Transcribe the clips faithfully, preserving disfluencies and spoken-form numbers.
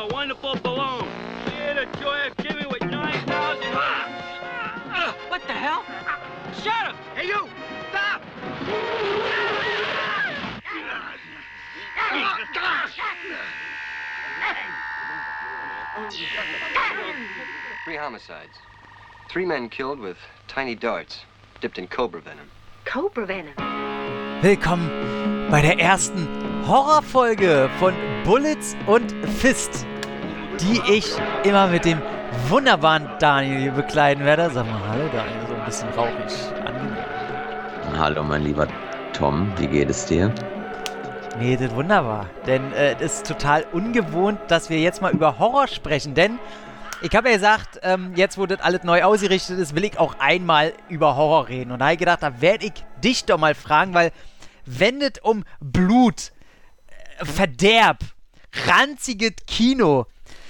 a wonderful balloon. See the joy of Jimmy with nine thousand... Ah! What the hell? Shut up! Hey, you! Stop! Three homicides. Three men killed with tiny darts, dipped in cobra venom. Cobra Venom. Willkommen bei der ersten Horrorfolge von Bullets und Fist, die ich immer mit dem wunderbaren Daniel hier bekleiden werde. Sag mal hallo Daniel, so ein bisschen rauchig, angenehm. Hallo mein lieber Tom, wie geht es dir? Nee, das ist wunderbar, denn äh, es ist total ungewohnt, dass wir jetzt mal über Horror sprechen, denn ich habe ja gesagt, ähm, jetzt wo das alles neu ausgerichtet ist, will ich auch einmal über Horror reden. Und da habe ich gedacht, da werde ich dich doch mal fragen, weil wenn es um Blut, äh, Verderb, ranziges Kino,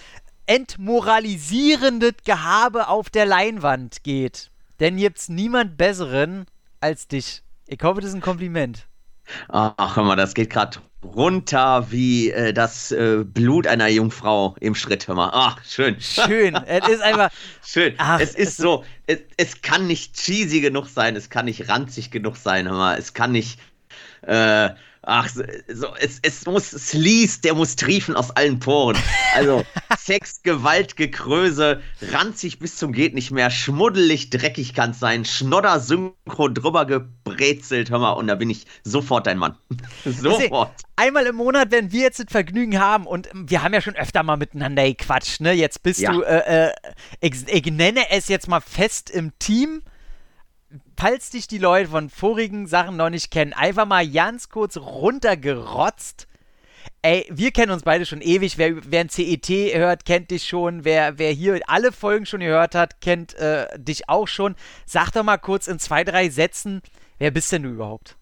entmoralisierendes Gehabe auf der Leinwand geht, dann gibt's niemand Besseren als dich. Ich hoffe, das ist ein Kompliment. Ach, hör mal, das geht gerade runter wie äh, das äh, Blut einer Jungfrau im Schritt, hör mal. Ach, schön. Schön, es ist einfach... Schön, Ach, es ist so, es, es kann nicht cheesy genug sein, es kann nicht ranzig genug sein, hör mal, es kann nicht... Äh, Ach, so, so, es, es muss Sleaze, der muss triefen aus allen Poren. Also Sex, Gewalt, Gekröse, ranzig bis zum geht nicht mehr, schmuddelig, dreckig kann's sein, Schnodder, Synchro drüber gebrezelt, hör mal, und da bin ich sofort dein Mann. Sofort. Also, einmal im Monat, wenn wir jetzt das Vergnügen haben, und wir haben ja schon öfter mal miteinander gequatscht, ne? Jetzt bist Ja. du, äh, äh, ich, ich nenne es jetzt mal fest im Team. Falls dich die Leute von vorigen Sachen noch nicht kennen, einfach mal ganz kurz runtergerotzt. Ey, wir kennen uns beide schon ewig. Wer, wer ein C E T hört, kennt dich schon. Wer, wer hier alle Folgen schon gehört hat, kennt äh, dich auch schon. Sag doch mal kurz in zwei, drei Sätzen, wer bist denn du überhaupt?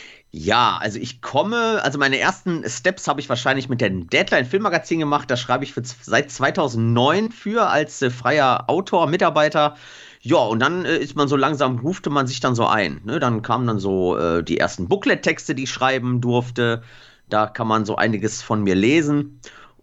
Ja, also ich komme, also meine ersten Steps habe ich wahrscheinlich mit dem Deadline Filmmagazin gemacht. Da schreibe ich für, seit zweitausendneun für als äh, freier Autor, Mitarbeiter. Ja, und dann äh, ist man so langsam, rufte man sich dann so ein. Ne? Dann kamen dann so äh, die ersten Booklet-Texte, die ich schreiben durfte. Da kann man so einiges von mir lesen.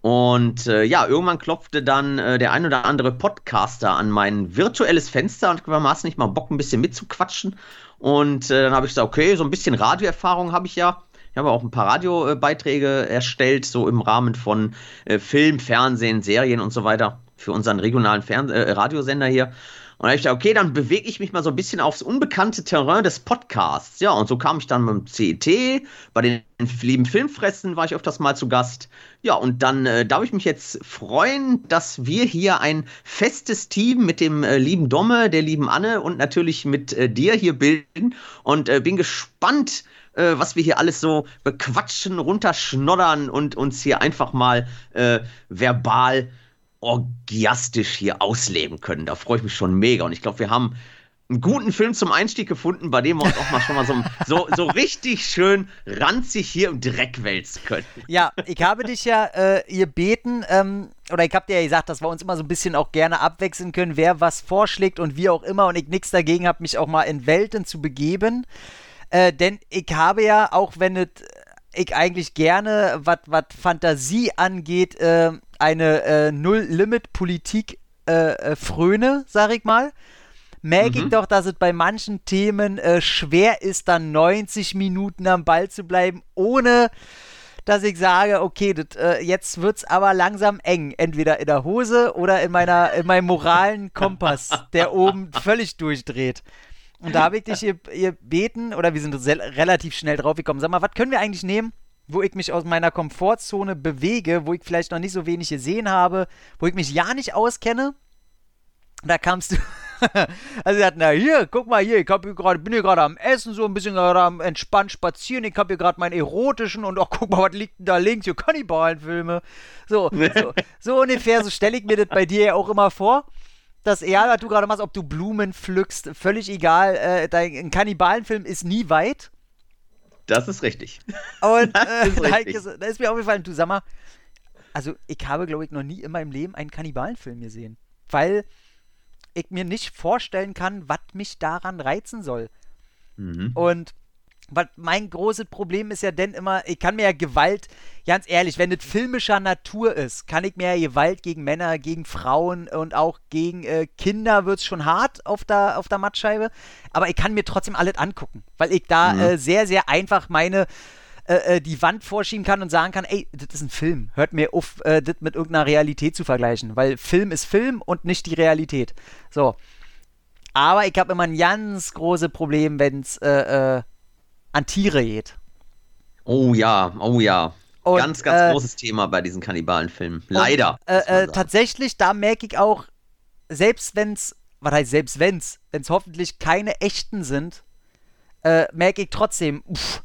Und äh, ja, irgendwann klopfte dann äh, der ein oder andere Podcaster an mein virtuelles Fenster und war nicht mal Bock, ein bisschen mitzuquatschen. Und äh, dann habe ich gesagt, okay, so ein bisschen Radioerfahrung habe ich ja. Ich habe auch ein paar Radiobeiträge erstellt, so im Rahmen von äh, Film, Fernsehen, Serien und so weiter für unseren regionalen Fern- äh, Radiosender hier. Und dann habe ich gedacht, okay, dann bewege ich mich mal so ein bisschen aufs unbekannte Terrain des Podcasts. Ja, und so kam ich dann mit dem C E T, bei den lieben Filmfressen war ich öfters mal zu Gast. Ja, und dann äh, darf ich mich jetzt freuen, dass wir hier ein festes Team mit dem äh, lieben Domme, der lieben Anne und natürlich mit äh, dir hier bilden. Und äh, bin gespannt, äh, was wir hier alles so bequatschen, runterschnoddern und uns hier einfach mal äh, verbal orgiastisch hier ausleben können. Da freue ich mich schon mega. Und ich glaube, wir haben einen guten Film zum Einstieg gefunden, bei dem wir uns auch mal schon mal so, so, so richtig schön ranzig hier im Dreck wälzen können. Ja, ich habe dich ja äh, gebeten, ähm, oder ich habe dir ja gesagt, dass wir uns immer so ein bisschen auch gerne abwechseln können, wer was vorschlägt und wie auch immer. Und ich nichts dagegen habe, mich auch mal in Welten zu begeben. Äh, denn ich habe ja, auch wenn es ich eigentlich gerne, was Fantasie angeht, äh, eine äh, Null-Limit-Politik äh, äh, fröne, sag ich mal, merke Mhm. ich doch, dass es bei manchen Themen äh, schwer ist, dann neunzig Minuten am Ball zu bleiben, ohne dass ich sage, okay, das, äh, jetzt wird's aber langsam eng, entweder in der Hose oder in meiner, in meinem moralen Kompass, der oben völlig durchdreht. Und da habe ich dich ihr, ihr beten, oder wir sind sel- relativ schnell drauf gekommen. Sag mal, was können wir eigentlich nehmen, wo ich mich aus meiner Komfortzone bewege, wo ich vielleicht noch nicht so wenig gesehen habe, wo ich mich ja nicht auskenne? Da kamst du. Also, sie hatten, na hier, guck mal hier, ich hab hier grad, bin hier gerade am Essen, so ein bisschen gerade am entspannt spazieren, ich habe hier gerade meinen erotischen und auch guck mal, was liegt denn da links, hier Kannibalenfilme. So, so, so ungefähr, so stelle ich mir das bei dir ja auch immer vor. Das egal, was du gerade machst, ob du Blumen pflückst, völlig egal. Äh, dein ein Kannibalenfilm ist nie weit. Das ist richtig. Und Das äh, ist da, richtig. ist, da ist mir aufgefallen, du sag mal, also ich habe, glaube ich, noch nie in meinem Leben einen Kannibalenfilm gesehen. Weil ich mir nicht vorstellen kann, was mich daran reizen soll. Mhm. Und weil mein großes Problem ist ja denn immer, ich kann mir ja Gewalt, ganz ehrlich, wenn das filmischer Natur ist, kann ich mir ja Gewalt gegen Männer, gegen Frauen und auch gegen äh, Kinder wird es schon hart auf der, auf der Mattscheibe, aber ich kann mir trotzdem alles angucken, weil ich da mhm. äh, sehr, sehr einfach meine äh, die Wand vorschieben kann und sagen kann, ey, das ist ein Film, hört mir auf, äh, das mit irgendeiner Realität zu vergleichen, weil Film ist Film und nicht die Realität. So. Aber ich habe immer ein ganz großes Problem, wenn es äh, äh, an Tiere geht. Oh ja, oh ja. Und, ganz, ganz äh, großes Thema bei diesen Kannibalenfilmen. Leider. Und, äh, äh, tatsächlich, da merke ich auch, selbst wenn es, was heißt selbst wenn es, wenn es hoffentlich keine echten sind, äh, merke ich trotzdem, uff,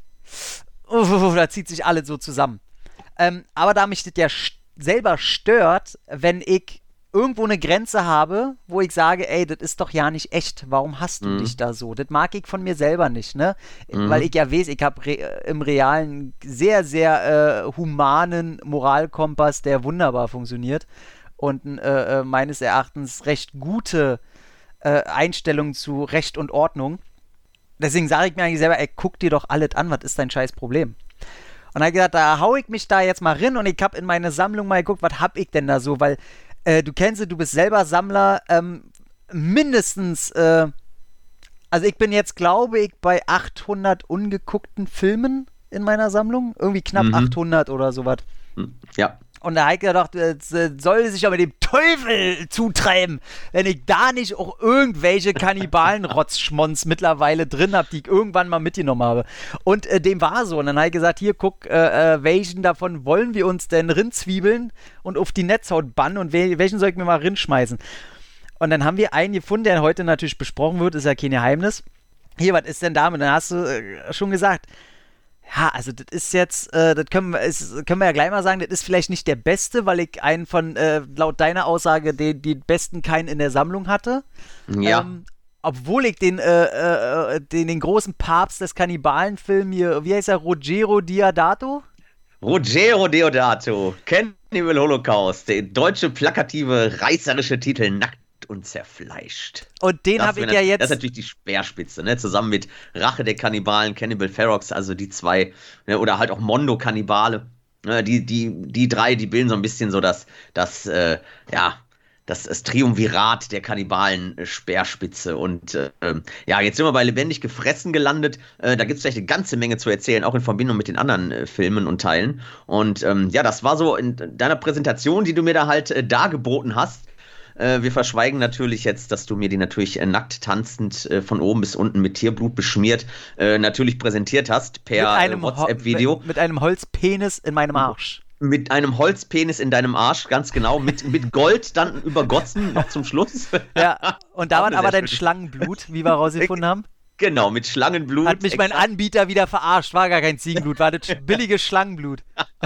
uff, da zieht sich alles so zusammen. Ähm, aber da mich das ja st- selber stört, wenn ich irgendwo eine Grenze habe, wo ich sage, ey, das ist doch ja nicht echt, warum hast du mhm. dich da so? Das mag ich von mir selber nicht, ne? Mhm. Weil ich ja weiß, ich habe re- im realen sehr, sehr äh, humanen Moralkompass, der wunderbar funktioniert und äh, meines Erachtens recht gute äh, Einstellung zu Recht und Ordnung. Deswegen sage ich mir eigentlich selber, ey, guck dir doch alles an, was ist dein scheiß Problem? Und dann habe ich gesagt, da hau ich mich da jetzt mal rein und ich habe in meine Sammlung mal geguckt, was hab ich denn da so, weil Äh, du kennst, du bist selber Sammler, ähm, mindestens, äh, also ich bin jetzt, glaube ich, bei achthundert ungeguckten Filmen in meiner Sammlung, irgendwie knapp mhm. achthundert oder sowas. Ja. Und da habe ich gedacht, es äh, soll sich aber dem Teufel zutreiben, wenn ich da nicht auch irgendwelche Kannibalen-Rotzschmons mittlerweile drin habe, die ich irgendwann mal mitgenommen habe. Und äh, dem war so. Und dann habe ich gesagt, hier, guck, äh, äh, welchen davon wollen wir uns denn rinzwiebeln und auf die Netzhaut bannen und wel- welchen soll ich mir mal rinschmeißen? Und dann haben wir einen gefunden, der heute natürlich besprochen wird, ist ja kein Geheimnis. Hier, was ist denn damit? Dann hast du äh, schon gesagt, ja, also das ist jetzt, äh, das können wir, ist, können wir ja gleich mal sagen, das ist vielleicht nicht der beste, weil ich einen von, äh, laut deiner Aussage, den, den besten keinen in der Sammlung hatte. Ja. Ähm, obwohl ich den, äh, äh, den, den großen Papst des Kannibalenfilms hier, wie heißt er, Ruggero Deodato? Ruggero Deodato, Cannibal Holocaust, der deutsche plakative, reißerische Titel, Nackt und zerfleischt. Und den habe ich ja jetzt... Das ist natürlich die Speerspitze, ne? Zusammen mit Rache der Kannibalen, Cannibal Ferox, also die zwei, ne? Oder halt auch Mondo-Kannibale. Ne? Die, die, die drei, die bilden so ein bisschen so das, das äh, ja, das, das Triumvirat der Kannibalen-Speerspitze. Und äh, ja, jetzt sind wir bei Lebendig gefressen gelandet. Äh, da gibt es vielleicht eine ganze Menge zu erzählen, auch in Verbindung mit den anderen äh, Filmen und Teilen. Und ähm, ja, das war so in deiner Präsentation, die du mir da halt äh, dargeboten hast. Äh, wir verschweigen natürlich jetzt, dass du mir die natürlich äh, nackt tanzend äh, von oben bis unten mit Tierblut beschmiert äh, natürlich präsentiert hast per äh, WhatsApp-Video. Mit, mit einem Holzpenis in meinem Arsch. Mit einem Holzpenis in deinem Arsch, ganz genau. Mit, mit Gold dann übergossen, noch zum Schluss. Ja, und da war aber dein Schlangenblut, wie wir rausgefunden haben. Genau, mit Schlangenblut. Hat mich mein Anbieter wieder verarscht, war gar kein Ziegenblut, war das billige Schlangenblut.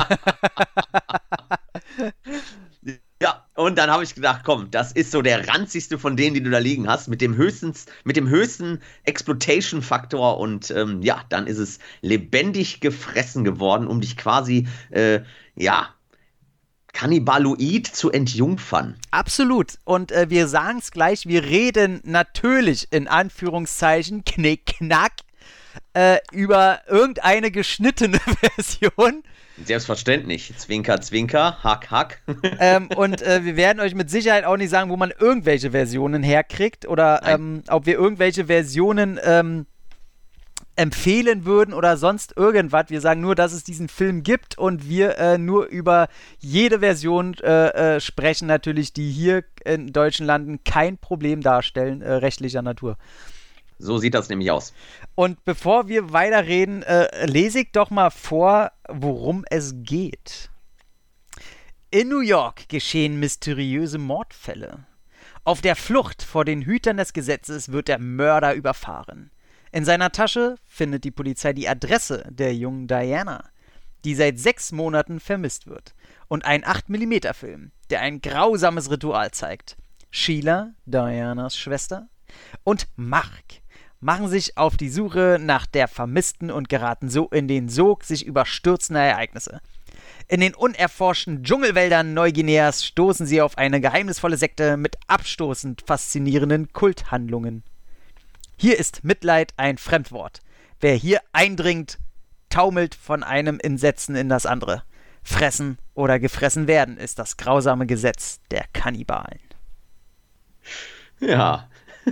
Ja, und dann habe ich gedacht, komm, das ist so der ranzigste von denen, die du da liegen hast, mit dem höchsten, mit dem höchsten Exploitation-Faktor und ähm, ja, dann ist es lebendig gefressen geworden, um dich quasi, äh, ja, kannibaloid zu entjungfern. Absolut. Und äh, wir sagen es gleich, wir reden natürlich in Anführungszeichen, knick, knack, äh, über irgendeine geschnittene Version. Selbstverständlich. Zwinker, zwinker, hack, hack. ähm, und äh, wir werden euch mit Sicherheit auch nicht sagen, wo man irgendwelche Versionen herkriegt oder ähm, ob wir irgendwelche Versionen ähm, empfehlen würden oder sonst irgendwas. Wir sagen nur, dass es diesen Film gibt und wir äh, nur über jede Version äh, äh, sprechen, natürlich, die hier in deutschen Landen kein Problem darstellen, äh, rechtlicher Natur. So sieht das nämlich aus. Und bevor wir weiterreden, äh, lese ich doch mal vor, worum es geht. In New York geschehen mysteriöse Mordfälle. Auf der Flucht vor den Hütern des Gesetzes wird der Mörder überfahren. In seiner Tasche findet die Polizei die Adresse der jungen Diana, die seit sechs Monaten vermisst wird, und einen acht Millimeter Film, der ein grausames Ritual zeigt. Sheila, Dianas Schwester, und Mark machen sich auf die Suche nach der Vermissten und geraten so in den Sog sich überstürzender Ereignisse. In den unerforschten Dschungelwäldern Neuguineas stoßen sie auf eine geheimnisvolle Sekte mit abstoßend faszinierenden Kulthandlungen. Hier ist Mitleid ein Fremdwort. Wer hier eindringt, taumelt von einem Entsetzen in das andere. Fressen oder gefressen werden ist das grausame Gesetz der Kannibalen. Ja.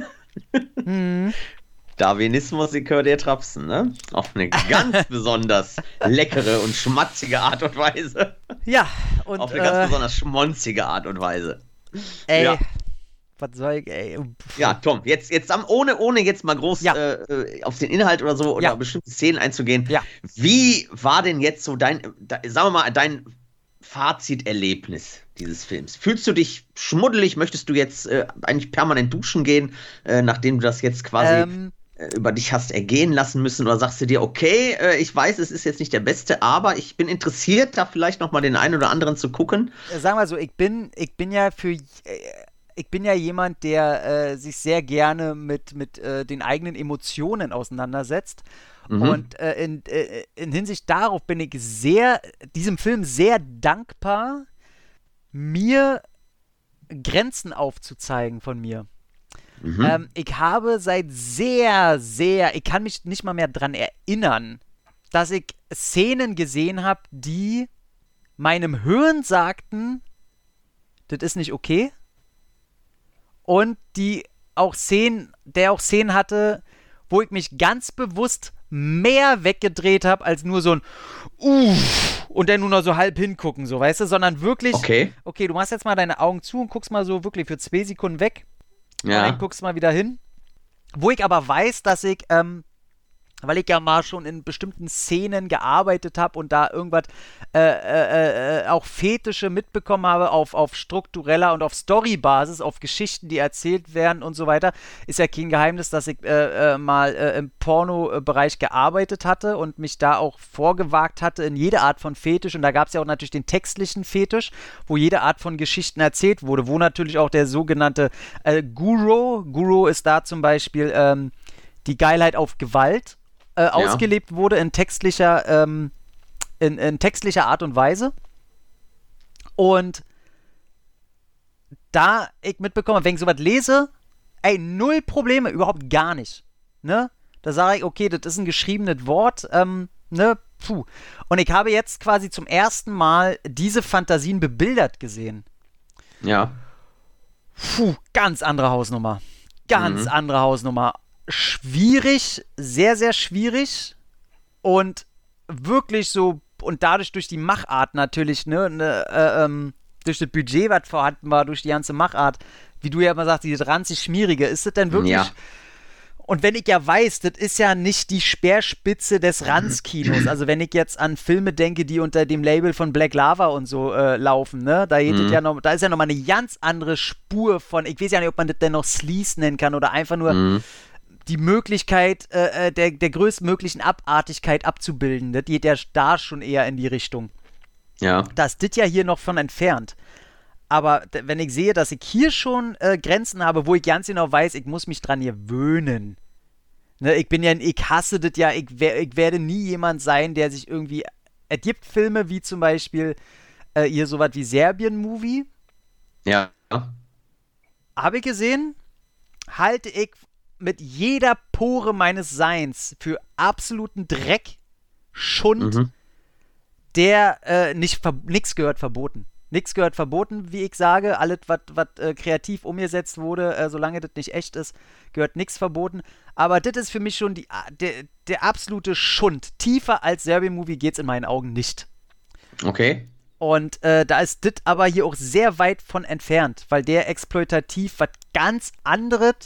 Hm. Darwinismus-Likör der Trapsen, ne? Auf eine ganz besonders leckere und schmatzige Art und Weise. Ja, und Auf eine äh, ganz besonders schmonzige Art und Weise. Ey, Ja. was soll ich, ey. Ja, Tom, jetzt, jetzt am- ohne, ohne jetzt mal groß Ja. äh, auf den Inhalt oder so oder Ja. bestimmte Szenen einzugehen. Ja. Wie war denn jetzt so dein, da, sagen wir mal, dein Faziterlebnis dieses Films? Fühlst du dich schmuddelig? Möchtest du jetzt äh, eigentlich permanent duschen gehen, äh, nachdem du das jetzt quasi Ähm, äh, über dich hast ergehen lassen müssen? Oder sagst du dir, okay, äh, ich weiß, es ist jetzt nicht der Beste, aber ich bin interessiert, da vielleicht noch mal den einen oder anderen zu gucken? Sagen wir so, ich bin, ich bin ja für, äh, ich bin ja jemand, der äh, sich sehr gerne mit, mit äh, den eigenen Emotionen auseinandersetzt. Mhm. Und äh, in, äh, in Hinsicht darauf bin ich sehr, diesem Film sehr dankbar, mir Grenzen aufzuzeigen von mir. Mhm. Ähm, ich habe seit sehr, sehr, ich kann mich nicht mal mehr dran erinnern, dass ich Szenen gesehen habe, die meinem Hirn sagten, das ist nicht okay. Und die auch Szenen, der auch Szenen hatte, wo ich mich ganz bewusst mehr weggedreht habe, als nur so ein Uff und dann nur noch so halb hingucken, so, weißt du, sondern wirklich, Okay. okay, du machst jetzt mal deine Augen zu und guckst mal so wirklich für zwei Sekunden weg. Und Ja. dann guckst mal wieder hin. Wo ich aber weiß, dass ich, ähm, weil ich ja mal schon in bestimmten Szenen gearbeitet habe und da irgendwas äh, äh, äh, auch Fetische mitbekommen habe auf, auf struktureller und auf Storybasis, auf Geschichten, die erzählt werden und so weiter, ist ja kein Geheimnis, dass ich äh, äh, mal äh, im Porno-Bereich gearbeitet hatte und mich da auch vorgewagt hatte in jede Art von Fetisch. Und da gab es ja auch natürlich den textlichen Fetisch, wo jede Art von Geschichten erzählt wurde, wo natürlich auch der sogenannte äh, Guru, Guru ist da zum Beispiel ähm, die Geilheit auf Gewalt, Äh, ausgelebt wurde in textlicher, ähm, in, in textlicher Art und Weise. Und da ich mitbekomme, wenn ich sowas lese, ey, null Probleme, überhaupt gar nicht. Ne? Da sage ich, okay, das ist ein geschriebenes Wort, ähm, ne, puh. Und ich habe jetzt quasi zum ersten Mal diese Fantasien bebildert gesehen. Ja. Puh, ganz andere Hausnummer. Ganz Mhm. andere Hausnummer. Schwierig, sehr, sehr schwierig und wirklich so, und dadurch durch die Machart natürlich, ne, ne äh, ähm, durch das Budget, was vorhanden war, durch die ganze Machart, wie du ja immer sagst, dieses ranzig Schmierige, ist das denn wirklich, Ja. und wenn ich ja weiß, das ist ja nicht die Speerspitze des Ranzkinos, also wenn ich jetzt an Filme denke, die unter dem Label von Black Lava und so äh, laufen, ne, da, geht Mhm. es ja noch, da ist ja nochmal eine ganz andere Spur von, ich weiß ja nicht, ob man das denn noch Sleaze nennen kann oder einfach nur Mhm. die Möglichkeit äh, der, der größtmöglichen Abartigkeit abzubilden. Das geht ja da schon eher in die Richtung. Ja. Da ist das ja hier noch von entfernt. Aber d- wenn ich sehe, dass ich hier schon äh, Grenzen habe, wo ich ganz genau weiß, ich muss mich dran gewöhnen. Ne, ich bin ja, ich hasse das ja, ich, wer, ich werde nie jemand sein, der sich irgendwie, es gibt Filme wie zum Beispiel äh, hier sowas wie Serbien-Movie, Ja. habe ich gesehen, halte ich mit jeder Pore meines Seins für absoluten Dreck, Schund, Mhm. der äh, nicht nichts gehört verboten. Nichts gehört verboten, wie ich sage. Alles, was äh, kreativ umgesetzt wurde, äh, solange das nicht echt ist, gehört nichts verboten. Aber das ist für mich schon die, der, der absolute Schund. Tiefer als Serbien-Movie geht's in meinen Augen nicht. Okay. Und äh, da ist das aber hier auch sehr weit von entfernt, weil der exploitativ was ganz anderes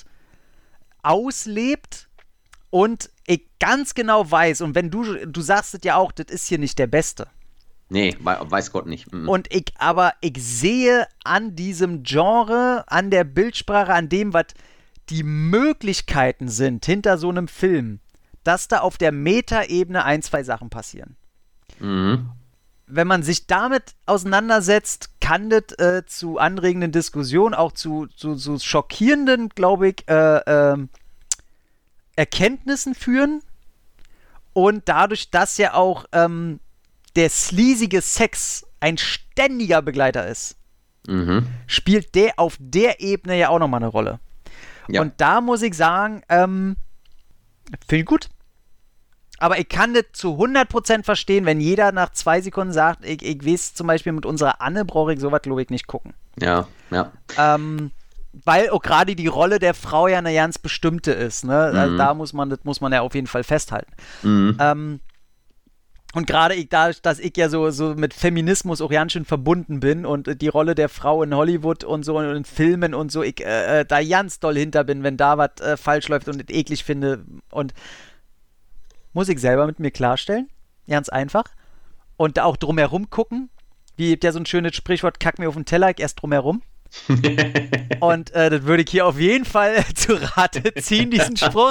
auslebt und ich ganz genau weiß, und wenn du, du sagst es ja auch, das ist hier nicht der Beste. Nee, wei- weiß Gott nicht. Mhm. Und ich, aber ich sehe an diesem Genre, an der Bildsprache, an dem, was die Möglichkeiten sind hinter so einem Film, dass da auf der Metaebene ein, zwei Sachen passieren. Mhm. Wenn man sich damit auseinandersetzt, kann das äh, zu anregenden Diskussionen, auch zu, zu, zu schockierenden, glaube ich, äh, ähm, Erkenntnissen führen. Und dadurch, dass ja auch ähm, der sleazige Sex ein ständiger Begleiter ist, Mhm. spielt der auf der Ebene ja auch nochmal eine Rolle. Ja. Und da muss ich sagen, ähm, finde ich gut. Aber ich kann das zu hundert Prozent verstehen, wenn jeder nach zwei Sekunden sagt, ich, ich weiß zum Beispiel mit unserer Anne brauche ich sowas, glaube ich, nicht gucken. Ja, ja. Ähm, weil auch gerade die Rolle der Frau ja eine ganz bestimmte ist, ne? Mhm. Also da muss man, das muss man ja auf jeden Fall festhalten. Mhm. Ähm, und gerade ich, da, dass ich ja so, so mit Feminismus auch ganz schön verbunden bin und die Rolle der Frau in Hollywood und so und in Filmen und so, ich äh, da ganz doll hinter bin, wenn da was äh, falsch läuft und ich eklig finde und muss ich selber mit mir klarstellen. Ganz einfach. Und da auch drumherum gucken. Wie gibt ja so ein schönes Sprichwort, kack mir auf den Teller, ich erst drumherum. Und äh, das würde ich hier auf jeden Fall zu Rate ziehen, diesen Spruch.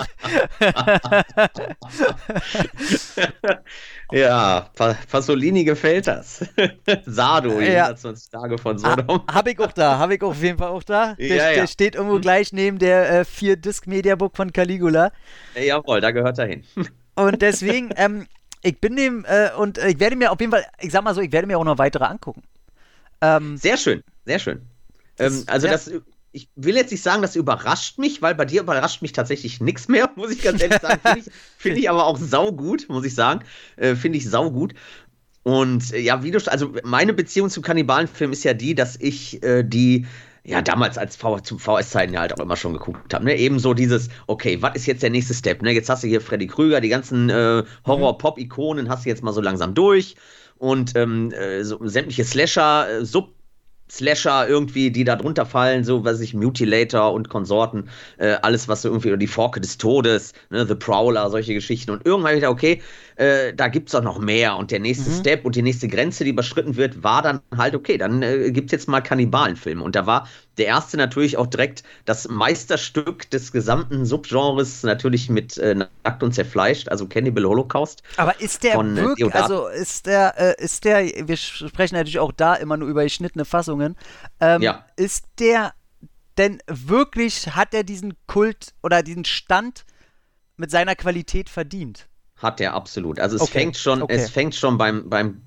Ja, pa- Pasolini gefällt das. Sado, Ja. hundertzwanzig Tage von Sodom. Ha, hab ich auch da, hab ich auf jeden Fall auch da. Der, Ja, ja. der steht irgendwo gleich neben der äh, vier Disc Mediabook von Caligula. Jawohl, da gehört er hin. Und deswegen, ähm, ich bin dem, äh, und äh, ich werde mir auf jeden Fall, ich sag mal so, ich werde mir auch noch weitere angucken. Ähm, Sehr schön, sehr schön. Das- ähm, also ja. das, ich will jetzt nicht sagen, das überrascht mich, weil bei dir überrascht mich tatsächlich nichts mehr, muss ich ganz ehrlich sagen. Finde ich, find ich aber auch saugut, muss ich sagen. Äh, Finde ich saugut. Und äh, ja, wie du, also meine Beziehung zum Kannibalenfilm ist ja die, dass ich äh, die ja damals als v zu V S-Zeiten ja halt auch immer schon geguckt habe. Ne? Eben so dieses, okay, was ist jetzt der nächste Step? Ne? Jetzt hast du hier Freddy Krüger, die ganzen äh, Horror-Pop-Ikonen hast du jetzt mal so langsam durch. Und ähm, äh, so sämtliche Slasher, äh, Sub- Slasher irgendwie, die da drunter fallen, so was ich, Mutilator und Konsorten, äh, alles was so irgendwie, oder die Forke des Todes, ne, The Prowler, solche Geschichten. Und irgendwann habe ich gedacht, okay, äh, da gibt's doch noch mehr. Und der nächste Mhm. Step und die nächste Grenze, die überschritten wird, war dann halt, okay, dann äh, gibt's jetzt mal Kannibalenfilme. Und da war der erste natürlich auch direkt das Meisterstück des gesamten Subgenres, natürlich mit äh, Nackt und Zerfleischt, also Cannibal Holocaust. aber ist der Von, äh, wirklich, Deodato. also ist der, äh, ist der, wir sprechen natürlich auch da immer nur über geschnittene Fassungen, ähm, Ja. ist der denn wirklich, hat er diesen Kult oder diesen Stand mit seiner Qualität verdient? Hat er absolut. Also es Okay, fängt schon, okay. es fängt schon beim, beim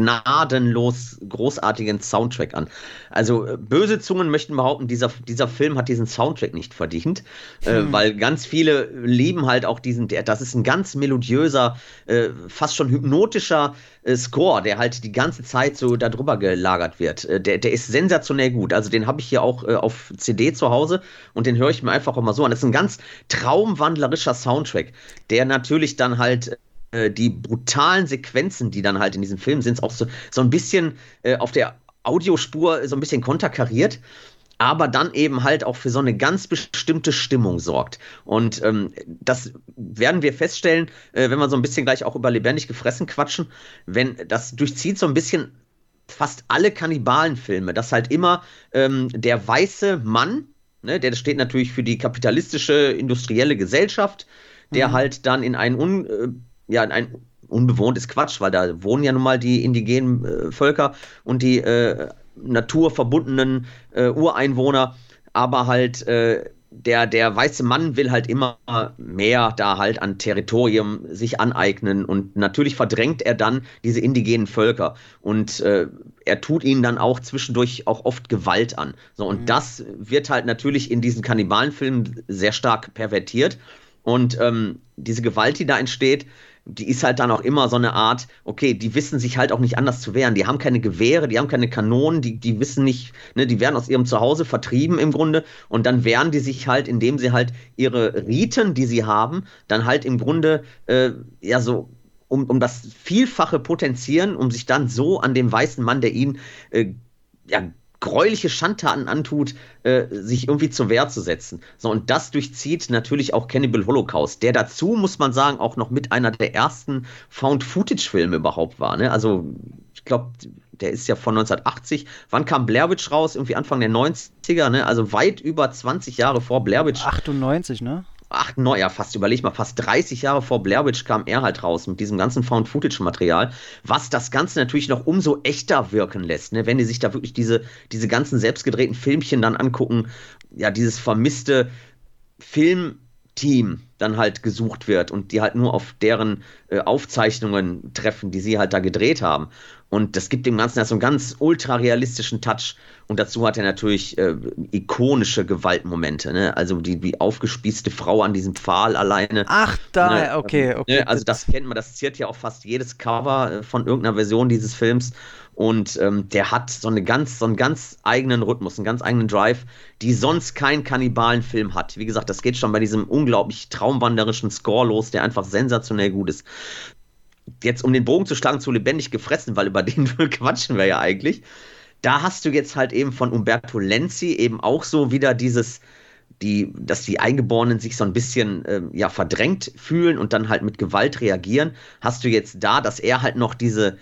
gnadenlos großartigen Soundtrack an. Also äh, böse Zungen möchten behaupten, dieser, dieser Film hat diesen Soundtrack nicht verdient, äh, weil ganz viele lieben halt auch diesen, der, das ist ein ganz melodiöser, äh, fast schon hypnotischer äh, Score, der halt die ganze Zeit so da drüber gelagert wird. Äh, der, der ist sensationell gut. Also den habe ich hier auch äh, auf C D zu Hause und den höre ich mir einfach auch mal so an. Das ist ein ganz traumwandlerischer Soundtrack, der natürlich dann halt äh, die brutalen Sequenzen, die dann halt in diesem Film sind, auch so, so ein bisschen äh, auf der Audiospur so ein bisschen konterkariert, aber dann eben halt auch für so eine ganz bestimmte Stimmung sorgt. Und ähm, das werden wir feststellen, äh, wenn wir so ein bisschen gleich auch über lebendig gefressen quatschen, wenn das durchzieht so ein bisschen fast alle Kannibalenfilme, dass halt immer ähm, der weiße Mann, ne, der steht natürlich für die kapitalistische, industrielle Gesellschaft, der Mhm. halt dann in ein, un, äh, ja, in ein unbewohntes Quatsch, weil da wohnen ja nun mal die indigenen äh, Völker und die äh, naturverbundenen äh, Ureinwohner, aber halt äh, der, der weiße Mann will halt immer mehr da halt an Territorium sich aneignen und natürlich verdrängt er dann diese indigenen Völker und äh, er tut ihnen dann auch zwischendurch auch oft Gewalt an. So, und Mhm. das wird halt natürlich in diesen Kannibalenfilmen sehr stark pervertiert und ähm, diese Gewalt, die da entsteht, die ist halt dann auch immer so eine Art, okay, die wissen sich halt auch nicht anders zu wehren. Die haben keine Gewehre, die haben keine Kanonen, die, die wissen nicht, ne, die werden aus ihrem Zuhause vertrieben im Grunde und dann wehren die sich halt, indem sie halt ihre Riten, die sie haben, dann halt im Grunde, äh, ja so, um, um das Vielfache potenzieren, um sich dann so an dem weißen Mann, der ihnen, äh, ja, gräuliche Schandtaten antut, äh, sich irgendwie zur Wehr zu setzen. So, und das durchzieht natürlich auch Cannibal Holocaust, der dazu, muss man sagen, auch noch mit einer der ersten Found-Footage-Filme überhaupt war. Ne? Also, ich glaube, der ist ja von neunzehnhundertachtzig. Wann kam Blair Witch raus? Irgendwie Anfang der neunziger, ne? Also weit über zwanzig Jahre vor Blair Witch. achtundneunzig, ne? Ach, no, ja, fast, überleg mal, fast dreißig Jahre vor Blair Witch kam er halt raus mit diesem ganzen Found-Footage-Material, was das Ganze natürlich noch umso echter wirken lässt, ne? Wenn die sich da wirklich diese, diese ganzen selbstgedrehten Filmchen dann angucken, ja, dieses vermisste Filmteam, dann halt gesucht wird und die halt nur auf deren äh, Aufzeichnungen treffen, die sie halt da gedreht haben. Und das gibt dem Ganzen ja so einen ganz ultra realistischen Touch. Und dazu hat er natürlich äh, ikonische Gewaltmomente, ne? Also die, die aufgespießte Frau an diesem Pfahl alleine. Ach, da, ne? okay, okay. Ne? Also das kennt man, das ziert ja auch fast jedes Cover äh, von irgendeiner Version dieses Films. Und ähm, der hat so, eine ganz, so einen ganz eigenen Rhythmus, einen ganz eigenen Drive, die sonst kein Kannibalenfilm hat. Wie gesagt, das geht schon bei diesem unglaublich traumwanderischen Score los, der einfach sensationell gut ist. Jetzt, um den Bogen zu schlagen, zu Lebendig gefressen, weil über den quatschen wir ja eigentlich. Da hast du jetzt halt eben von Umberto Lenzi eben auch so wieder dieses, die, dass die Eingeborenen sich so ein bisschen äh, ja, verdrängt fühlen und dann halt mit Gewalt reagieren. Hast du jetzt da, dass er halt noch diese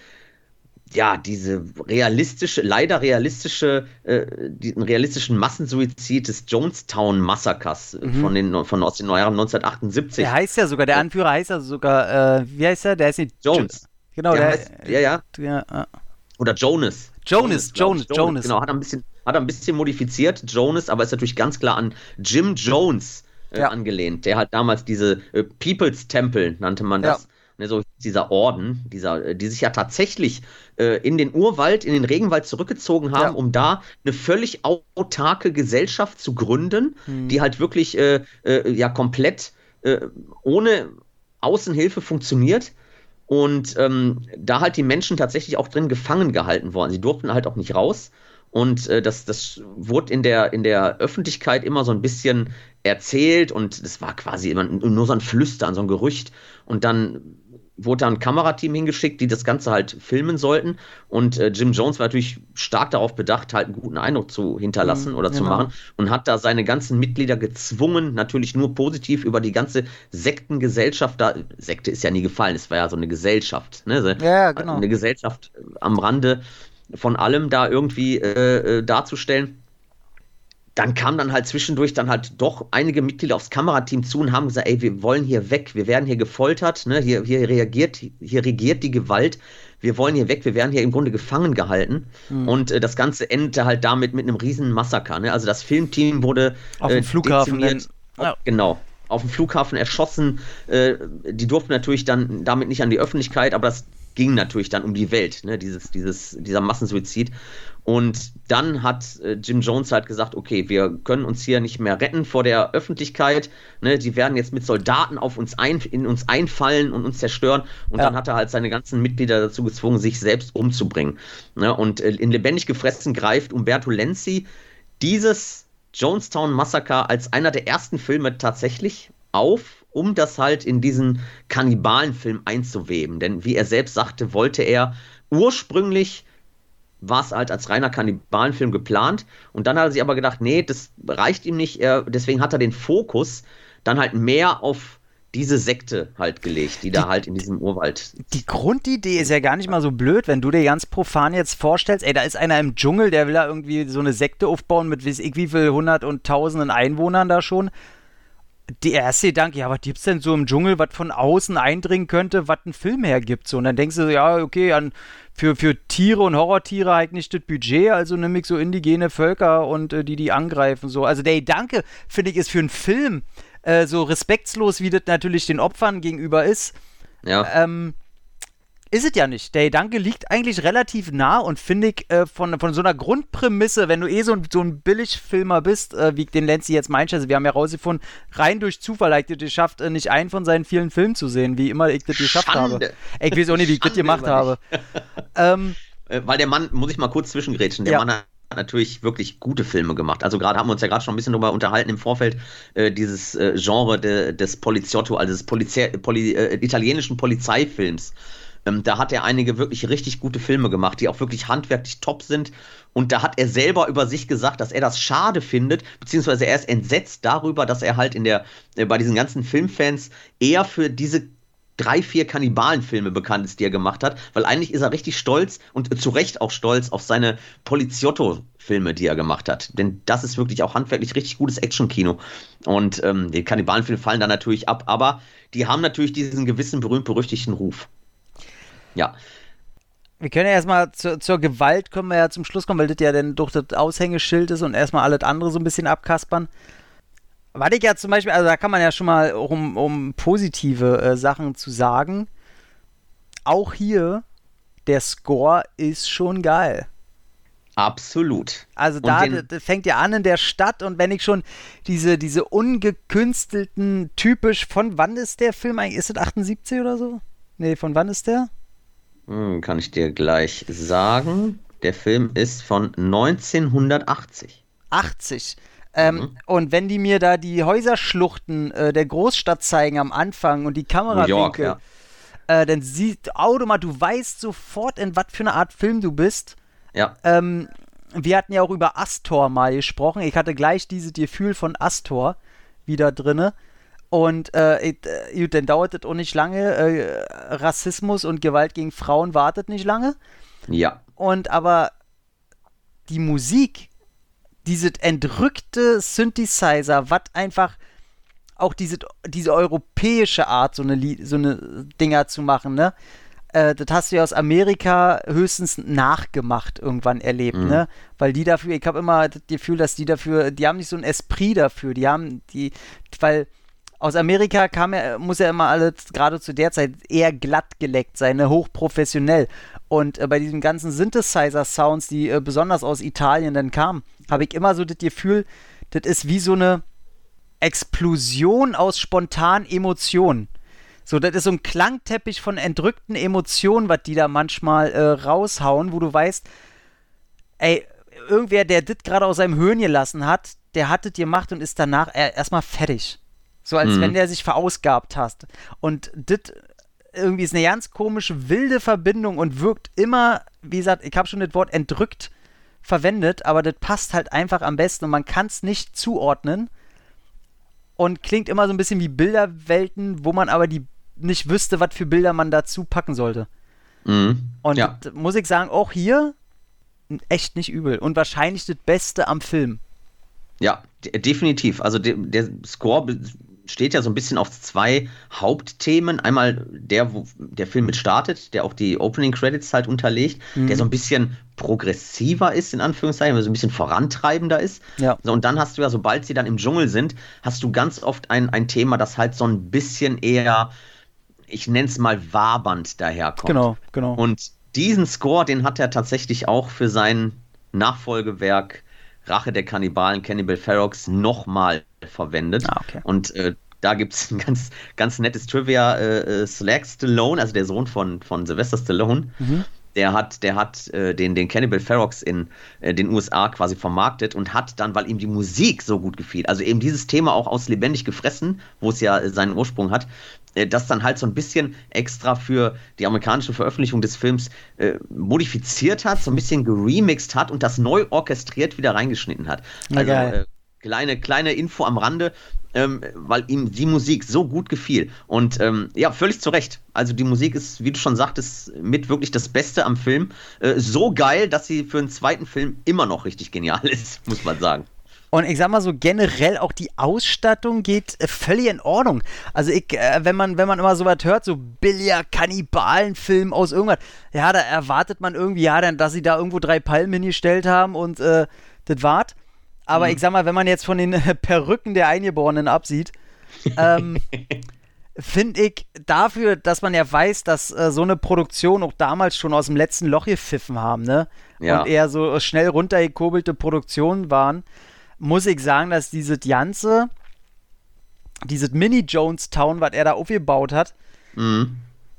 ja, diese realistische, leider realistische, äh, diesen realistischen Massensuizid des Jonestown-Massakers mhm. von den, von aus den Jahren neunzehnhundertachtundsiebzig. Der heißt ja sogar, der Anführer heißt ja sogar, äh, wie heißt er? Der ist nicht Jones. Jo- genau, der, der heißt, ja, ja. ja uh. Oder Jonas. Jonas, Jonas, Jonas, Jonas. Jonas. Genau, hat er ein bisschen, hat er ein bisschen modifiziert, Jonas, aber ist natürlich ganz klar an Jim Jones äh, ja. angelehnt, der halt damals diese äh, People's Temple, nannte man das. Ja. So dieser Orden, dieser, die sich ja tatsächlich äh, in den Urwald, in den Regenwald zurückgezogen haben, ja. um da eine völlig autarke Gesellschaft zu gründen, hm. die halt wirklich äh, äh, ja komplett äh, ohne Außenhilfe funktioniert und ähm, da halt die Menschen tatsächlich auch drin gefangen gehalten worden. Sie durften halt auch nicht raus und äh, das, das wurde in der, in der Öffentlichkeit immer so ein bisschen erzählt und das war quasi immer nur so ein Flüstern, so ein Gerücht und dann wurde da ein Kamerateam hingeschickt, die das Ganze halt filmen sollten. Und äh, Jim Jones war natürlich stark darauf bedacht, halt einen guten Eindruck zu hinterlassen mm, oder zu genau. machen. Und hat da seine ganzen Mitglieder gezwungen, natürlich nur positiv über die ganze Sektengesellschaft, da, Sekte ist ja nie gefallen, es war ja so eine Gesellschaft, ne? So, ja, genau. Eine Gesellschaft am Rande von allem da irgendwie äh, darzustellen. Dann kam dann halt zwischendurch dann halt doch einige Mitglieder aufs Kamerateam zu und haben gesagt, ey, wir wollen hier weg, wir werden hier gefoltert, ne? hier, hier reagiert, hier regiert die Gewalt, wir wollen hier weg, wir werden hier im Grunde gefangen gehalten. Mhm. Und äh, das Ganze endete halt damit mit einem riesen Massaker. Ne? Also das Filmteam wurde auf dem äh, Flughafen. Dann, ja. Genau, auf dem Flughafen erschossen. Äh, die durften natürlich dann damit nicht an die Öffentlichkeit, aber das ging natürlich dann um die Welt, ne? Dieses, dieses, dieser Massensuizid. Und dann hat äh, Jim Jones halt gesagt, okay, wir können uns hier nicht mehr retten vor der Öffentlichkeit, ne? Die werden jetzt mit Soldaten auf uns ein, in uns einfallen und uns zerstören. Und ja. dann hat er halt seine ganzen Mitglieder dazu gezwungen, sich selbst umzubringen. Ne? Und äh, in Lebendig gefressen greift Umberto Lenzi dieses Jonestown-Massaker als einer der ersten Filme tatsächlich auf, um das halt in diesen Kannibalenfilm einzuweben. Denn wie er selbst sagte, wollte er ursprünglich, war es halt als reiner Kannibalenfilm geplant und dann hat er sich aber gedacht, nee, das reicht ihm nicht, er, deswegen hat er den Fokus dann halt mehr auf diese Sekte halt gelegt, die, die da halt in diesem Urwald. Die Grundidee ist ja gar nicht mal so blöd, wenn du dir ganz profan jetzt vorstellst, ey, da ist einer im Dschungel, der will da irgendwie so eine Sekte aufbauen mit weiß ich wie viel hundert und tausenden Einwohnern da schon. Der erste Gedanke, ja, was gibt's denn so im Dschungel, was von außen eindringen könnte, was einen Film hergibt? So, und dann denkst du, ja, okay, an, für, für Tiere und Horrortiere halt nicht das Budget, also nimm ich so indigene Völker und äh, die, die angreifen. So. Also der Gedanke, finde ich, ist für einen Film äh, so respektlos, wie das natürlich den Opfern gegenüber ist. Ja. Ähm, ist es ja nicht. Der Gedanke liegt eigentlich relativ nah und finde ich äh, von, von so einer Grundprämisse, wenn du eh so ein, so ein Billigfilmer bist, äh, wie den Lenzi jetzt meint, also wir haben ja rausgefunden, rein durch Zufall hat ich das geschafft, äh, nicht einen von seinen vielen Filmen zu sehen, wie immer ich das geschafft habe. Ich weiß auch nicht, wie ich das gemacht habe. ähm, äh, weil der Mann, muss ich mal kurz zwischengrätschen, der ja. Mann hat natürlich wirklich gute Filme gemacht. Also gerade haben wir uns ja gerade schon ein bisschen darüber unterhalten im Vorfeld, äh, dieses äh, Genre de, des Poliziotto, also des Polizi- Poli- äh, italienischen Polizeifilms. Ähm, da hat er einige wirklich richtig gute Filme gemacht, die auch wirklich handwerklich top sind. Und da hat er selber über sich gesagt, dass er das schade findet, beziehungsweise er ist entsetzt darüber, dass er halt in der, äh, bei diesen ganzen Filmfans eher für diese drei, vier Kannibalenfilme bekannt ist, die er gemacht hat, weil eigentlich ist er richtig stolz und äh, zu Recht auch stolz auf seine Poliziotto-Filme, die er gemacht hat. Denn das ist wirklich auch handwerklich richtig gutes Actionkino. Und ähm, die Kannibalenfilme fallen da natürlich ab, aber die haben natürlich diesen gewissen berühmt-berüchtigten Ruf. Ja. Wir können ja erstmal zu, zur Gewalt können wir ja zum Schluss kommen, weil das ja dann durch das Aushängeschild ist und erstmal alles andere so ein bisschen abkaspern. Was ich ja zum Beispiel, also da kann man ja schon mal, um, um positive äh, Sachen zu sagen, auch hier, der Score ist schon geil. Absolut. Also da das fängt ja an in der Stadt und wenn ich schon diese, diese ungekünstelten, typisch, von wann ist der Film eigentlich? Ist es achtundsiebzig oder so? Nee, von wann ist der? Hm, kann ich dir gleich sagen. Der Film ist von neunzehnhundertachtzig. achtzig. Ähm, mhm. Und wenn die mir da die Häuserschluchten äh, der Großstadt zeigen am Anfang und die Kamerawinkel, ja. äh, dann sieht automatisch, du weißt sofort, in was für eine Art Film du bist. Ja. Ähm, wir hatten ja auch über Astor mal gesprochen. Ich hatte gleich dieses Gefühl von Astor wieder drinne. Und äh, it, äh, dann dauert es auch nicht lange. Äh, Rassismus und Gewalt gegen Frauen wartet nicht lange. Ja. Und aber die Musik, dieses entrückte Synthesizer, was einfach auch diese, diese europäische Art, so eine, so eine Dinger zu machen, ne? Äh, das hast du ja aus Amerika höchstens nachgemacht irgendwann erlebt, mhm. ne? Weil die dafür, ich habe immer das Gefühl, dass die dafür, die haben nicht so ein Esprit dafür, die haben, die, weil aus Amerika kam ja, muss ja immer alles, gerade zu der Zeit, eher glatt geleckt sein, ne? Hochprofessionell. Und äh, bei diesen ganzen Synthesizer-Sounds, die äh, besonders aus Italien dann kamen, habe ich immer so das Gefühl, das ist wie so eine Explosion aus spontanen Emotionen. So, das ist so ein Klangteppich von entrückten Emotionen, was die da manchmal äh, raushauen, wo du weißt, ey, irgendwer, der das gerade aus seinem Hirn gelassen hat, der hat das gemacht und ist danach äh, erstmal fertig. So, als mhm. wenn der sich verausgabt hat. Und das irgendwie ist eine ganz komische, wilde Verbindung und wirkt immer, wie gesagt, ich habe schon das Wort entrückt verwendet, aber das passt halt einfach am besten und man kann es nicht zuordnen und klingt immer so ein bisschen wie Bilderwelten, wo man aber die nicht wüsste, was für Bilder man dazu packen sollte. Mhm. Und ja. das, muss ich sagen, auch hier echt nicht übel und wahrscheinlich das Beste am Film. Ja, d- definitiv. Also de- der Score steht ja so ein bisschen auf zwei Hauptthemen. Einmal der, wo der Film mit startet, der auch die Opening Credits halt unterlegt, mhm. der so ein bisschen progressiver ist, in Anführungszeichen, also ein bisschen vorantreibender ist. Ja. So, und dann hast du ja, sobald sie dann im Dschungel sind, hast du ganz oft ein, ein Thema, das halt so ein bisschen eher, ich nenne es mal wabernd daherkommt. Genau, genau. Und diesen Score, den hat er tatsächlich auch für sein Nachfolgewerk Rache der Kannibalen, Cannibal Ferox, nochmal verwendet. Ah, okay. Und äh, da gibt es ein ganz, ganz nettes Trivia. Äh, Slag Stallone, also der Sohn von, von Sylvester Stallone, mhm. der hat, der hat äh, den, den Cannibal Ferox in äh, den U S A quasi vermarktet und hat dann, weil ihm die Musik so gut gefiel, also eben dieses Thema auch aus Lebendig gefressen, wo es ja äh, seinen Ursprung hat, äh, das dann halt so ein bisschen extra für die amerikanische Veröffentlichung des Films äh, modifiziert hat, so ein bisschen geremixed hat und das neu orchestriert wieder reingeschnitten hat. Na, also geil. Äh, kleine, kleine Info am Rande, ähm, weil ihm die Musik so gut gefiel. Und ähm, ja, völlig zu Recht. Also die Musik ist, wie du schon sagtest, mit wirklich das Beste am Film. Äh, so geil, dass sie für einen zweiten Film immer noch richtig genial ist, muss man sagen. Und ich sag mal so, generell auch die Ausstattung geht äh, völlig in Ordnung. Also ich, äh, wenn man, wenn man immer sowas hört, so billiger Kannibalenfilm aus irgendwas, ja, da erwartet man irgendwie, ja, dann, dass sie da irgendwo drei Palmen hingestellt haben und äh, das war's. Aber mhm. ich sag mal, wenn man jetzt von den äh, Perücken der Eingeborenen absieht, ähm, finde ich dafür, dass man ja weiß, dass äh, so eine Produktion auch damals schon aus dem letzten Loch gepfiffen haben, ne? Ja. Und eher so schnell runtergekurbelte Produktionen waren, muss ich sagen, dass dieses Ganze, dieses Mini-Jonestown, was er da aufgebaut hat, mhm.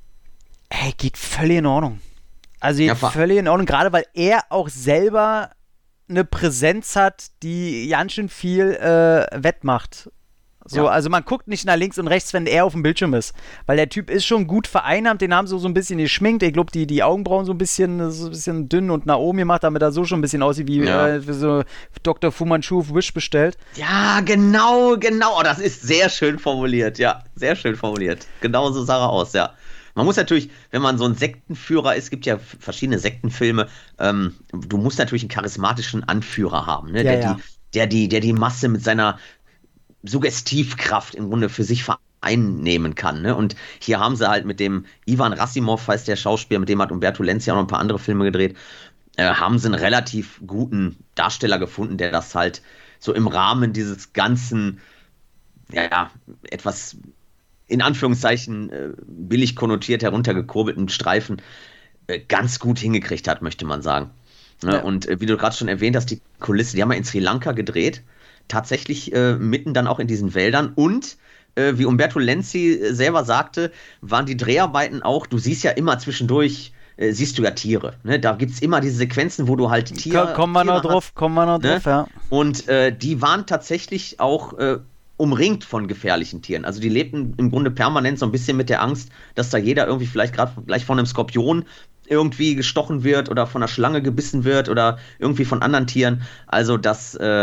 ey, geht völlig in Ordnung. Also geht ja, völlig in Ordnung, gerade weil er auch selber eine Präsenz hat, die ganz schön viel äh, wettmacht. So, ja. Also man guckt nicht nach links und rechts, wenn er auf dem Bildschirm ist. Weil der Typ ist schon gut vereinnahmt, den haben sie so ein bisschen geschminkt. Ich glaube, die, die Augenbrauen so ein bisschen, so ein bisschen dünn und nach oben gemacht, damit er so schon ein bisschen aussieht wie ja. äh, so Doktor Fu Manchu auf Wish bestellt. Ja, genau, genau. Oh, das ist sehr schön formuliert, ja. Sehr schön formuliert. Genau so sah er aus, ja. Man muss natürlich, wenn man so ein Sektenführer ist, gibt ja verschiedene Sektenfilme, ähm, du musst natürlich einen charismatischen Anführer haben, ne? Ja, der, ja. Die, der, die, der die Masse mit seiner Suggestivkraft im Grunde für sich einnehmen kann. Ne? Und hier haben sie halt mit dem Ivan Rassimov, heißt der Schauspieler, mit dem hat Umberto Lenzi auch noch ein paar andere Filme gedreht, äh, haben sie einen relativ guten Darsteller gefunden, der das halt so im Rahmen dieses ganzen ja, ja, etwas in Anführungszeichen äh, billig konnotiert heruntergekurbelten Streifen äh, ganz gut hingekriegt hat, möchte man sagen. Ja. Ja, und äh, wie du gerade schon erwähnt hast, die Kulisse, die haben wir in Sri Lanka gedreht, tatsächlich äh, mitten dann auch in diesen Wäldern und äh, wie Umberto Lenzi selber sagte, waren die Dreharbeiten auch, du siehst ja immer zwischendurch, äh, siehst du ja Tiere, ne? Da gibt es immer diese Sequenzen, wo du halt Tiere... Kommen wir Tiere noch drauf, hast, kommen wir noch ne? drauf, ja. Und äh, die waren tatsächlich auch... Äh, umringt von gefährlichen Tieren. Also die lebten im Grunde permanent so ein bisschen mit der Angst, dass da jeder irgendwie vielleicht gerade gleich von einem Skorpion irgendwie gestochen wird oder von einer Schlange gebissen wird oder irgendwie von anderen Tieren. Also das äh,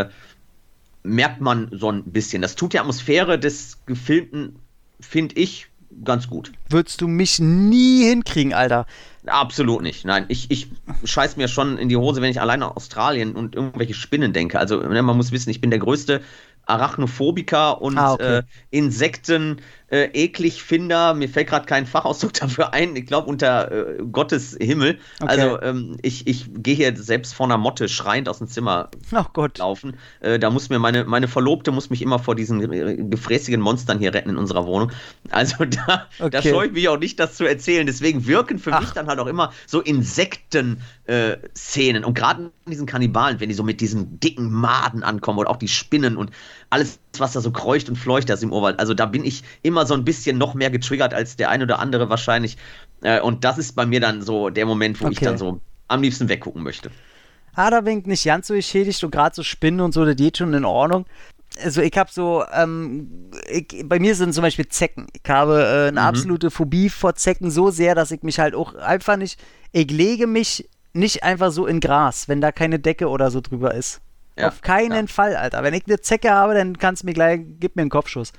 merkt man so ein bisschen. Das tut die Atmosphäre des Gefilmten, finde ich, ganz gut. Würdest du mich nie hinkriegen, Alter? Absolut nicht. Nein, ich, ich scheiß mir schon in die Hose, wenn ich allein an Australien und irgendwelche Spinnen denke. Also ne, man muss wissen, ich bin der größte Arachnophobiker und ah, okay. äh, Insekten äh, eklig Finder. Mir fällt gerade kein Fachausdruck dafür ein. Ich glaube unter äh, Gottes Himmel. Okay. Also ähm, ich, ich gehe hier selbst vor einer Motte schreiend aus dem Zimmer oh Gott. laufen. Äh, da muss mir meine, meine Verlobte muss mich immer vor diesen äh, gefräßigen Monstern hier retten in unserer Wohnung. Also da, okay. da scheue ich mich auch nicht, das zu erzählen. Deswegen wirken für Ach. mich dann halt auch immer so Insekten-Szenen. Äh, und gerade in diesen Kannibalen, wenn die so mit diesen dicken Maden ankommen oder auch die Spinnen und alles, was da so kreucht und fleucht, das im Urwald. Also da bin ich immer so ein bisschen noch mehr getriggert als der ein oder andere wahrscheinlich. Äh, und das ist bei mir dann so der Moment, wo okay. ich dann so am liebsten weggucken möchte. Ah, da bin ich nicht ganz so geschädigt und gerade so Spinnen und so, das geht schon in Ordnung. Also ich habe so, ähm, ich, bei mir sind zum Beispiel Zecken. Ich habe äh, eine mhm. absolute Phobie vor Zecken so sehr, dass ich mich halt auch einfach nicht, ich lege mich nicht einfach so in Gras, wenn da keine Decke oder so drüber ist. Ja, auf keinen ja. Fall, Alter. Wenn ich eine Zecke habe, dann kannst du mir gleich, gib mir einen Kopfschuss.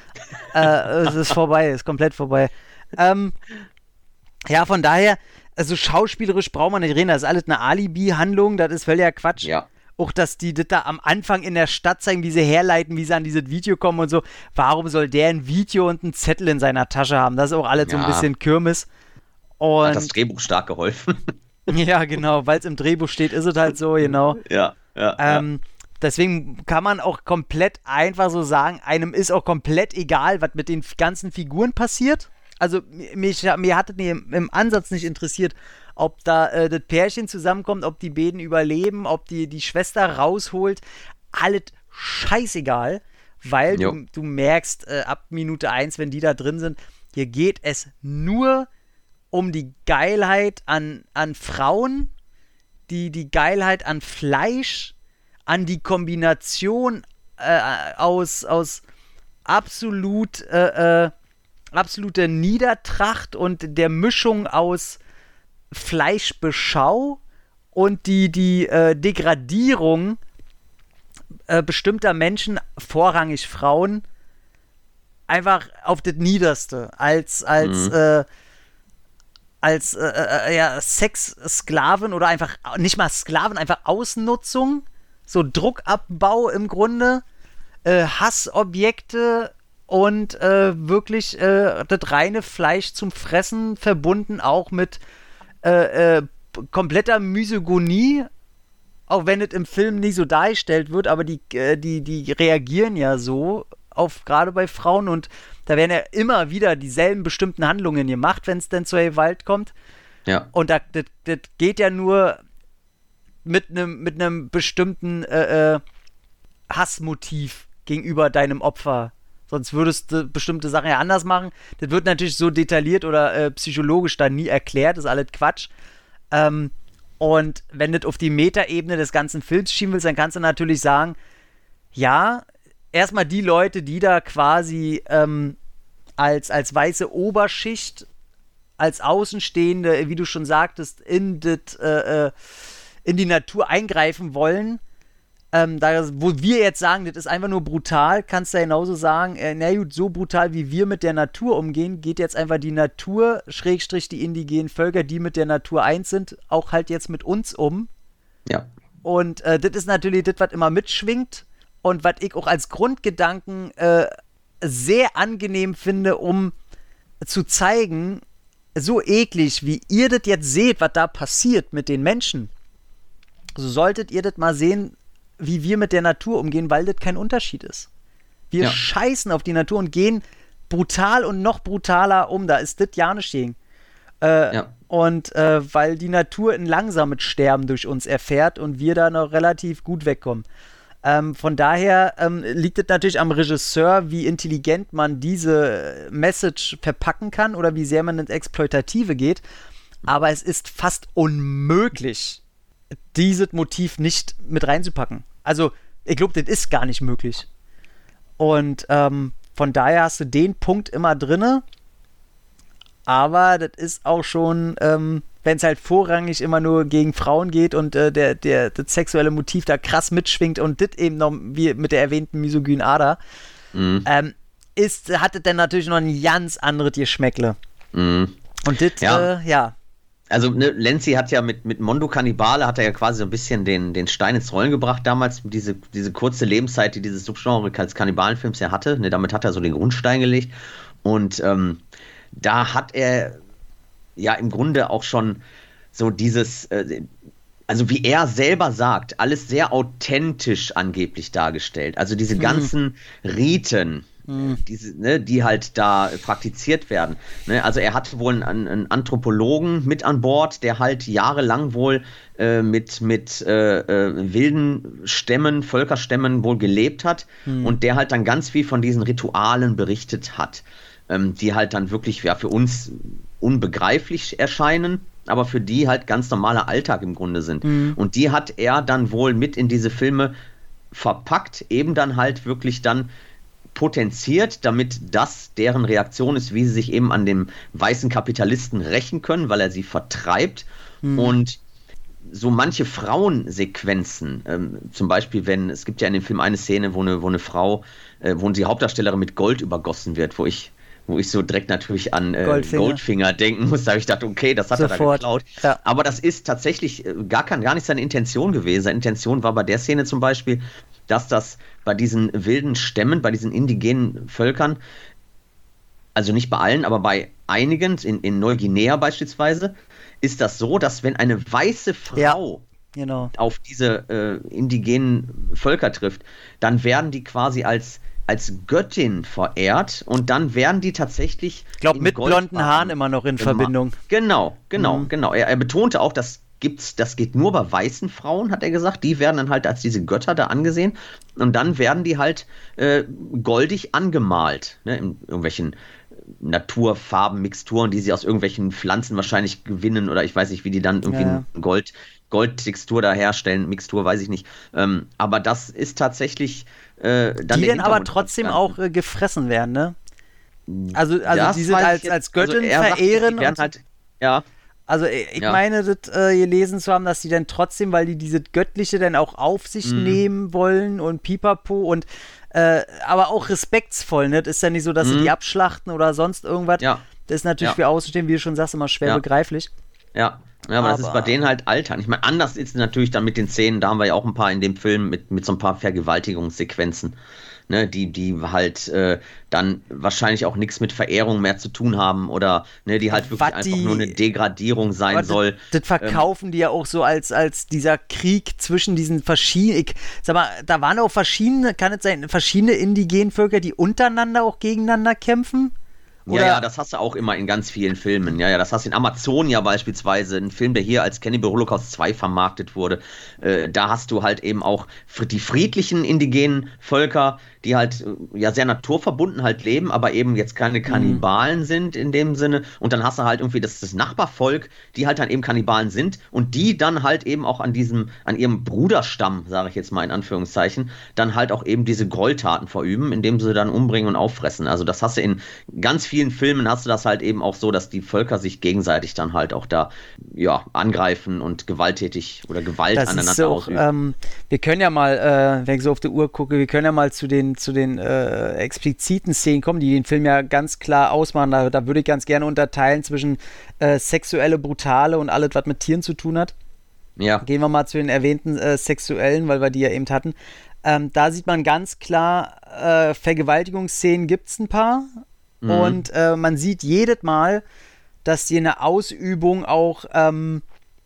äh, es ist vorbei, ist komplett vorbei. Ähm, ja, von daher, also schauspielerisch braucht man nicht reden, das ist alles eine Alibi-Handlung, das ist völliger Quatsch. Ja. Auch, dass die das da am Anfang in der Stadt zeigen, wie sie herleiten, wie sie an dieses Video kommen und so. Warum soll der ein Video und einen Zettel in seiner Tasche haben? Das ist auch alles ja. so ein bisschen Kirmes. Und hat das Drehbuch stark geholfen. Ja, genau, weil es im Drehbuch steht, ist es halt so, genau. Ja. Ja, ähm, ja. Deswegen kann man auch komplett einfach so sagen, einem ist auch komplett egal, was mit den ganzen Figuren passiert. Also mich, mir hat es im Ansatz nicht interessiert, ob da äh, das Pärchen zusammenkommt, ob die beiden überleben, ob die die Schwester rausholt. Alles scheißegal, weil du, du merkst äh, ab Minute eins, wenn die da drin sind, hier geht es nur um die Geilheit an, an Frauen, Die, die Geilheit an Fleisch, an die Kombination äh, aus, aus absolut, äh, äh, absoluter Niedertracht und der Mischung aus Fleischbeschau und die, die äh, Degradierung äh, bestimmter Menschen, vorrangig Frauen, einfach auf das Niederste, als, als, mhm. äh, als äh, äh, ja, Sexsklaven oder einfach, nicht mal Sklaven, einfach Ausnutzung, so Druckabbau im Grunde, äh, Hassobjekte und äh, wirklich äh, das reine Fleisch zum Fressen verbunden auch mit äh, äh, kompletter Misogynie, auch wenn es im Film nicht so dargestellt wird, aber die, äh, die, die reagieren ja so auf, gerade bei Frauen, und da werden ja immer wieder dieselben bestimmten Handlungen gemacht, wenn es denn zur Gewalt kommt. Ja. Und das, das, das geht ja nur mit einem mit einem bestimmten äh, äh, Hassmotiv gegenüber deinem Opfer. Sonst würdest du bestimmte Sachen ja anders machen. Das wird natürlich so detailliert oder äh, psychologisch dann nie erklärt, das ist alles Quatsch. Ähm, und wenn du auf die Metaebene des ganzen Films schieben willst, dann kannst du natürlich sagen, ja, erstmal die Leute, die da quasi ähm, als, als weiße Oberschicht, als Außenstehende, wie du schon sagtest, in, das, äh, in die Natur eingreifen wollen, ähm, da, wo wir jetzt sagen, das ist einfach nur brutal, kannst du ja genauso sagen, äh, na gut, so brutal wie wir mit der Natur umgehen, geht jetzt einfach die Natur, Schrägstrich die indigenen Völker, die mit der Natur eins sind, auch halt jetzt mit uns um. Ja. Und äh, das ist natürlich das, was immer mitschwingt und was ich auch als Grundgedanken äh, sehr angenehm finde, um zu zeigen, so eklig, wie ihr das jetzt seht, was da passiert mit den Menschen, so solltet ihr das mal sehen, wie wir mit der Natur umgehen, weil das kein Unterschied ist. Wir Ja. scheißen auf die Natur und gehen brutal und noch brutaler um. Da ist das ja nicht gegen. Äh, Ja. Und äh, weil die Natur ein langsames Sterben durch uns erfährt und wir da noch relativ gut wegkommen. Ähm, von daher ähm, liegt es natürlich am Regisseur, wie intelligent man diese Message verpacken kann oder wie sehr man ins Exploitative geht. Aber es ist fast unmöglich, dieses Motiv nicht mit reinzupacken. Also, ich glaube, das ist gar nicht möglich. Und ähm, von daher hast du den Punkt immer drinne. Aber das ist auch schon, ähm, wenn es halt vorrangig immer nur gegen Frauen geht und äh, der, der, das sexuelle Motiv da krass mitschwingt und das eben noch wie mit der erwähnten misogynen Ader, Mhm. ähm, ist, hat es dann natürlich noch ein ganz anderes Geschmäckle. Mhm. Und das, Ja. äh, ja. Also ne, Lenzi hat ja mit, mit Mondo Cannibale hat er ja quasi so ein bisschen den, den Stein ins Rollen gebracht damals, diese, diese kurze Lebenszeit, die dieses Subgenre als Kannibalenfilms ja hatte. Ne, damit hat er so den Grundstein gelegt. Und ähm, da hat er ja im Grunde auch schon so dieses, äh, also wie er selber sagt, alles sehr authentisch angeblich dargestellt. Also diese ganzen Riten, diese, ne, die halt da praktiziert werden. Ne? Also er hat wohl einen, einen Anthropologen mit an Bord, der halt jahrelang wohl äh, mit, mit äh, äh, wilden Stämmen, Völkerstämmen wohl gelebt hat und der halt dann ganz viel von diesen Ritualen berichtet hat, ähm, die halt dann wirklich ja, für uns unbegreiflich erscheinen, aber für die halt ganz normaler Alltag im Grunde sind. Und die hat er dann wohl mit in diese Filme verpackt, eben dann halt wirklich dann potenziert, damit das deren Reaktion ist, wie sie sich eben an dem weißen Kapitalisten rächen können, weil er sie vertreibt. Und so manche Frauensequenzen, ähm, zum Beispiel, wenn, es gibt ja in dem Film eine Szene, wo eine, wo eine Frau, äh, wo die Hauptdarstellerin mit Gold übergossen wird, wo ich wo ich so direkt natürlich an äh, Goldfinger. Goldfinger denken muss, da habe ich gedacht, okay, das hat er da Sofort. geklaut. Ja. Aber das ist tatsächlich äh, gar, kein, gar nicht seine Intention gewesen. Seine Intention war bei der Szene zum Beispiel, dass das bei diesen wilden Stämmen, bei diesen indigenen Völkern, also nicht bei allen, aber bei einigen, in, in Neuguinea beispielsweise, ist das so, dass wenn eine weiße Frau Genau. auf diese äh, indigenen Völker trifft, dann werden die quasi als, als Göttin verehrt und dann werden die tatsächlich. Ich glaube, in mit blonden Goldbarren Haaren immer noch in gemacht. Verbindung. Genau, genau, Mhm. genau. Er, er betonte auch, dass gibt's, das geht nur bei weißen Frauen, hat er gesagt. Die werden dann halt als diese Götter da angesehen. Und dann werden die halt äh, goldig angemalt. Ne, in irgendwelchen Naturfarben, Mixturen, die sie aus irgendwelchen Pflanzen wahrscheinlich gewinnen. Oder ich weiß nicht, wie die dann irgendwie Ja. ein Gold, Goldtextur da herstellen. Mixtur weiß ich nicht. Ähm, aber das ist tatsächlich äh, dann Die der dann aber Hintergrund trotzdem des auch Ganzen. äh, gefressen werden, ne? Also, also Das die sind weiß ich als, jetzt- als Göttin also er sagt, verehren. Die werden und- halt, ja. Also ich ich Ja. meine, das äh, gelesen zu haben, dass die dann trotzdem, weil die diese Göttliche dann auch auf sich Mhm. nehmen wollen und pipapo und äh, aber auch respektsvoll, ne? Das ist ja nicht so, dass sie Mhm. die abschlachten oder sonst irgendwas. Ja. Das ist natürlich Ja. für Außenstehende, wie du schon sagst, immer schwer Ja. begreiflich. Ja, ja aber, das ist Aber- bei denen halt Alltag. Ich meine, anders ist es natürlich dann mit den Szenen, da haben wir ja auch ein paar in dem Film mit, mit so ein paar Vergewaltigungssequenzen, ne, die, die halt äh, dann wahrscheinlich auch nichts mit Verehrung mehr zu tun haben oder ne, die halt wirklich Was einfach die- nur eine Degradierung sein Aber soll. Das, das verkaufen die ja auch so als, als dieser Krieg zwischen diesen verschiedenen, ich sag mal, da waren auch verschiedene, kann es sein, verschiedene indigenen Völker, die untereinander auch gegeneinander kämpfen? Ja, ja, das hast du auch immer in ganz vielen Filmen. Ja, ja, das hast du in Amazonia beispielsweise, ein Film, der hier als Cannibal Holocaust zwei vermarktet wurde. Äh, da hast du halt eben auch fr- die friedlichen indigenen Völker, die halt äh, ja sehr naturverbunden halt leben, aber eben jetzt keine Kannibalen sind in dem Sinne. Und dann hast du halt irgendwie das, das Nachbarvolk, die halt dann eben Kannibalen sind und die dann halt eben auch an diesem, an ihrem Bruderstamm, sage ich jetzt mal in Anführungszeichen, dann halt auch eben diese Gräueltaten verüben, indem sie dann umbringen und auffressen. Also das hast du in ganz vielen Filmen hast du das halt eben auch so, dass die Völker sich gegenseitig dann halt auch da ja angreifen und gewalttätig oder Gewalt Das aneinander ist auch, ausüben. ähm, wir können ja mal, äh, wenn ich so auf die Uhr gucke, wir können ja mal zu den, zu den äh, expliziten Szenen kommen, die den Film ja ganz klar ausmachen. Da, da würde ich ganz gerne unterteilen zwischen äh, sexuelle, brutale und alles, was mit Tieren zu tun hat. Ja. Gehen wir mal zu den erwähnten äh, sexuellen, weil wir die ja eben hatten. Ähm, da sieht man ganz klar, äh, Vergewaltigungsszenen gibt es ein paar. Mhm. Und äh, man sieht jedes Mal, dass die in der Ausübung auch ähm,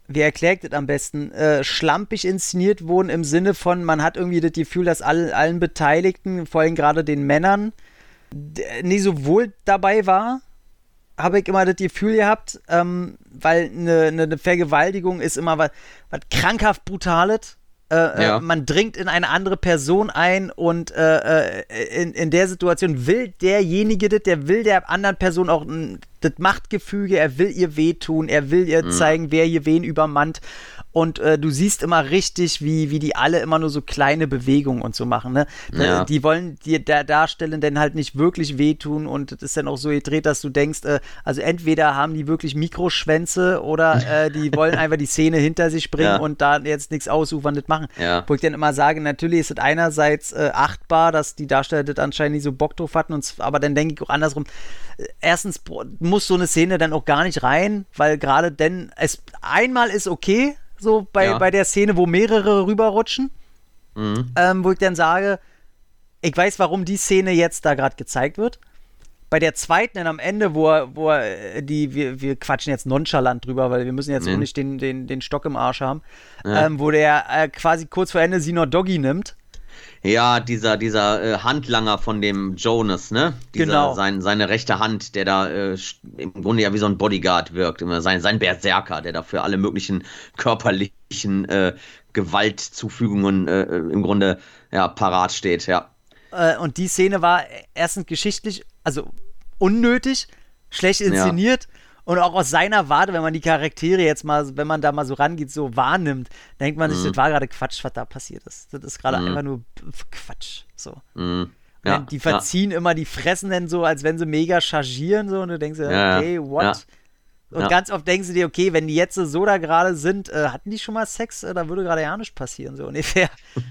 wie erklärt das am besten, äh, schlampig inszeniert wurden im Sinne von, man hat irgendwie das Gefühl, dass all, allen Beteiligten, vor allem gerade den Männern, d- nicht so wohl dabei war, habe ich immer das Gefühl gehabt, ähm, weil eine, eine, eine Vergewaltigung ist immer was, was krankhaft Brutales. Äh, Ja. äh, man dringt in eine andere Person ein und äh, äh, in, in der Situation will derjenige das, der will der anderen Person auch n, das Machtgefüge, er will ihr wehtun, er will ihr Mhm. zeigen, wer hier wen übermannt. Und äh, du siehst immer richtig, wie, wie die alle immer nur so kleine Bewegungen und so machen. Ne? Da, Ja. Die wollen dir der Darstellenden halt nicht wirklich wehtun und das ist dann auch so gedreht, dass du denkst, äh, also entweder haben die wirklich Mikroschwänze oder äh, die wollen einfach die Szene hinter sich bringen Ja. und da jetzt nichts ausuferndes machen. Ja. Wo ich dann immer sage, natürlich ist es einerseits äh, achtbar, dass die Darsteller das anscheinend nicht so Bock drauf hatten, und, z- aber dann denke ich auch andersrum, äh, erstens boah, muss so eine Szene dann auch gar nicht rein, weil gerade denn, es einmal ist okay, so bei, Ja. bei der Szene, wo mehrere rüberrutschen, Mhm. ähm, wo ich dann sage, ich weiß, warum die Szene jetzt da gerade gezeigt wird. Bei der zweiten dann am Ende, wo er, wo er äh, die, wir, wir quatschen jetzt nonchalant drüber, weil wir müssen jetzt Nee. auch nicht den, den, den Stock im Arsch haben, Ja. ähm, wo der äh, quasi kurz vor Ende sie noch Doggy nimmt. Ja, dieser, dieser äh, Handlanger von dem Jonas, ne? Dieser, Genau. Sein, seine rechte Hand, der da äh, sch- im Grunde ja wie so ein Bodyguard wirkt. Immer sein, sein Berserker, der da für alle möglichen körperlichen äh, Gewaltzufügungen äh, im Grunde ja, parat steht, ja. Äh, und die Szene war erstens geschichtlich, also unnötig, schlecht inszeniert. Und auch aus seiner Warte, wenn man die Charaktere jetzt mal, wenn man da mal so rangeht, so wahrnimmt, denkt man sich, Mhm. das war gerade Quatsch, was da passiert ist. Das ist gerade Mhm. einfach nur Quatsch. So. Mhm. Ja, die verziehen immer, die fressen dann so, als wenn sie mega chargieren, so, und du denkst dir, Ja, okay, what? ja. Und Ja. ganz oft denkst du dir, okay, wenn die jetzt so da gerade sind, äh, hatten die schon mal Sex? Äh, da würde gerade ja nichts passieren, so ungefähr.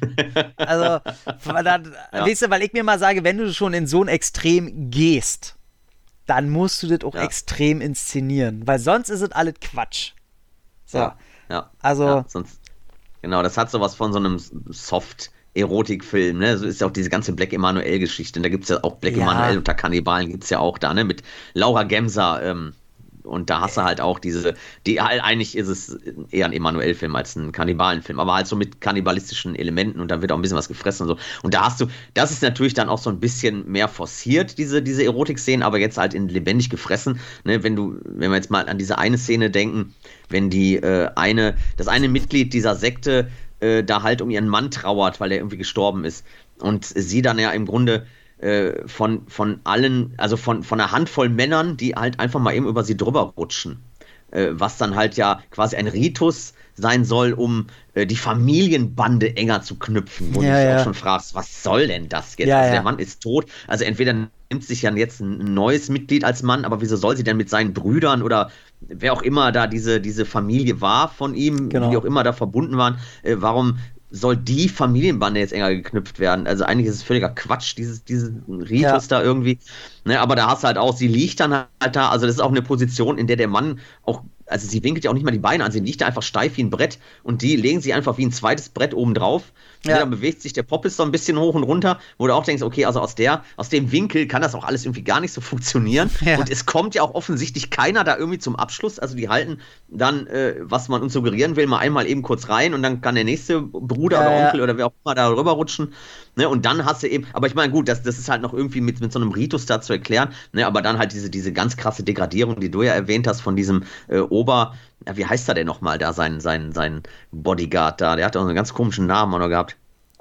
Also, weil dann, Ja. weißt du, weil ich mir mal sage, wenn du schon in so ein Extrem gehst, dann musst du das auch Ja. extrem inszenieren, weil sonst ist es alles Quatsch. So, Ja, ja. also, Ja, sonst, genau, das hat sowas von so einem Soft-Erotikfilm, ne? So ist ja auch diese ganze Black Emanuel-Geschichte. Da gibt es ja auch Black Ja. Emanuel unter Kannibalen gibt es ja auch da, ne? Mit Laura Gemser, ähm, und da hast du halt auch diese, die halt eigentlich ist es eher ein Emanuel-Film als ein Kannibalenfilm, aber halt so mit kannibalistischen Elementen und da wird auch ein bisschen was gefressen und so. Und da hast du, das ist natürlich dann auch so ein bisschen mehr forciert, diese, diese Erotik-Szenen, aber jetzt halt in lebendig gefressen. Ne? Wenn du, wenn wir jetzt mal an diese eine Szene denken, wenn die äh, eine, das eine Mitglied dieser Sekte äh, da halt um ihren Mann trauert, weil er irgendwie gestorben ist. Und sie dann ja im Grunde äh, von, von allen, also von, von einer Handvoll Männern, die halt einfach mal eben über sie drüber rutschen. Äh, was dann halt ja quasi ein Ritus sein soll, um äh, die Familienbande enger zu knüpfen. Wo Ja, du dich ja. auch schon fragst, was soll denn das jetzt? Ja, also ja. der Mann ist tot. Also entweder nimmt sich dann jetzt ein neues Mitglied als Mann, aber wieso soll sie denn mit seinen Brüdern oder wer auch immer da diese, diese Familie war von ihm, Genau. die auch immer da verbunden waren, äh, warum soll die Familienbande jetzt enger geknüpft werden? Also eigentlich ist es völliger Quatsch, dieses, dieses Ritus Ja. da irgendwie. Ne, aber da hast du halt auch, sie liegt dann halt da, also das ist auch eine Position, in der der Mann auch, also sie winkelt ja auch nicht mal die Beine an, sie liegt da einfach steif wie ein Brett und die legen sie einfach wie ein zweites Brett oben drauf. Ja. Ja. Dann bewegt sich der Poppes so ein bisschen hoch und runter, wo du auch denkst, okay, also aus der, aus dem Winkel kann das auch alles irgendwie gar nicht so funktionieren. Ja. Und es kommt ja auch offensichtlich keiner da irgendwie zum Abschluss. Also die halten dann, äh, was man uns suggerieren will, mal einmal eben kurz rein und dann kann der nächste Bruder Ja, oder ja. Onkel oder wer auch immer da rüberrutschen. Ne? Und dann hast du eben, aber ich meine, gut, das, das ist halt noch irgendwie mit, mit so einem Ritus da zu erklären, ne? Aber dann halt diese, diese ganz krasse Degradierung, die du ja erwähnt hast, von diesem äh, Ober, ja, wie heißt er denn nochmal da, sein, sein, sein Bodyguard da, der hat auch einen ganz komischen Namen auch noch gehabt.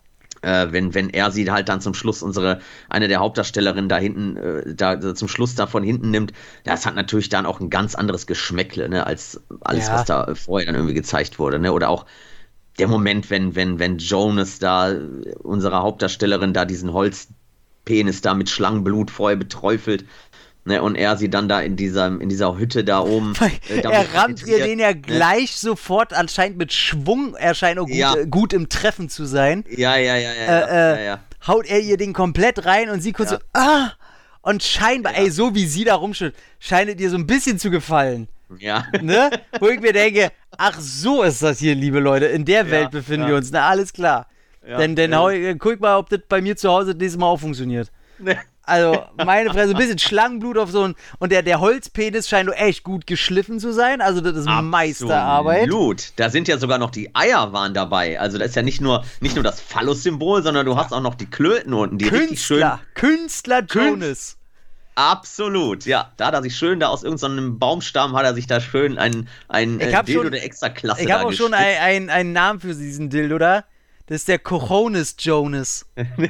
Äh, wenn, wenn er sie halt dann zum Schluss, unsere, eine der Hauptdarstellerinnen da hinten, äh, da da zum Schluss da von hinten nimmt, das hat natürlich dann auch ein ganz anderes Geschmäckle, ne, als alles, Ja. was da äh, vorher dann irgendwie gezeigt wurde, ne, oder auch der Moment, wenn, wenn, wenn Jonas da, äh, unsere Hauptdarstellerin da diesen Holzpenis da mit Schlangenblut vorher beträufelt, ne, und er sie dann da in dieser, in dieser Hütte da oben. äh, damit er rammt ihr penetriert, den ja ne. gleich sofort, anscheinend mit Schwung, er scheint auch gut, Ja. äh, gut im Treffen zu sein. Ja, ja, ja, ja, Äh, ja, äh, ja, ja. Haut er ihr den komplett rein und sie kurz Ja. so, ah! Und scheinbar, Ja. ey, so wie sie da rumschüttelt, scheint es ihr so ein bisschen zu gefallen. Ja. Ne? Wo ich mir denke, ach, so ist das hier, liebe Leute. In der Ja, Welt befinden ja. wir uns. Na, alles klar. Ja, denn denn ja. hau, ich- guck mal, ob das bei mir zu Hause dieses Mal auch funktioniert. Ne. Also, meine Fresse, ein bisschen Schlangenblut auf so ein. Und der, der Holzpenis scheint nur echt gut geschliffen zu sein. Also, das ist Absolut. Meisterarbeit. Absolut. Da sind ja sogar noch die Eier waren dabei. Also, das ist ja nicht nur, nicht nur das Phallus-Symbol, sondern du hast auch noch die Klöten unten, die richtig schön. Künstler, Künstler Jonas. Absolut, ja. Da hat er sich schön, da aus irgendeinem Baumstamm hat er sich da schön ein, ein äh, Dildo schon, der Extraklasse Ich habe auch schon einen ein, ein Namen für diesen Dildo, oder? Das ist der Cojones Jonas.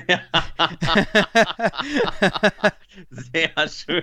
Sehr schön.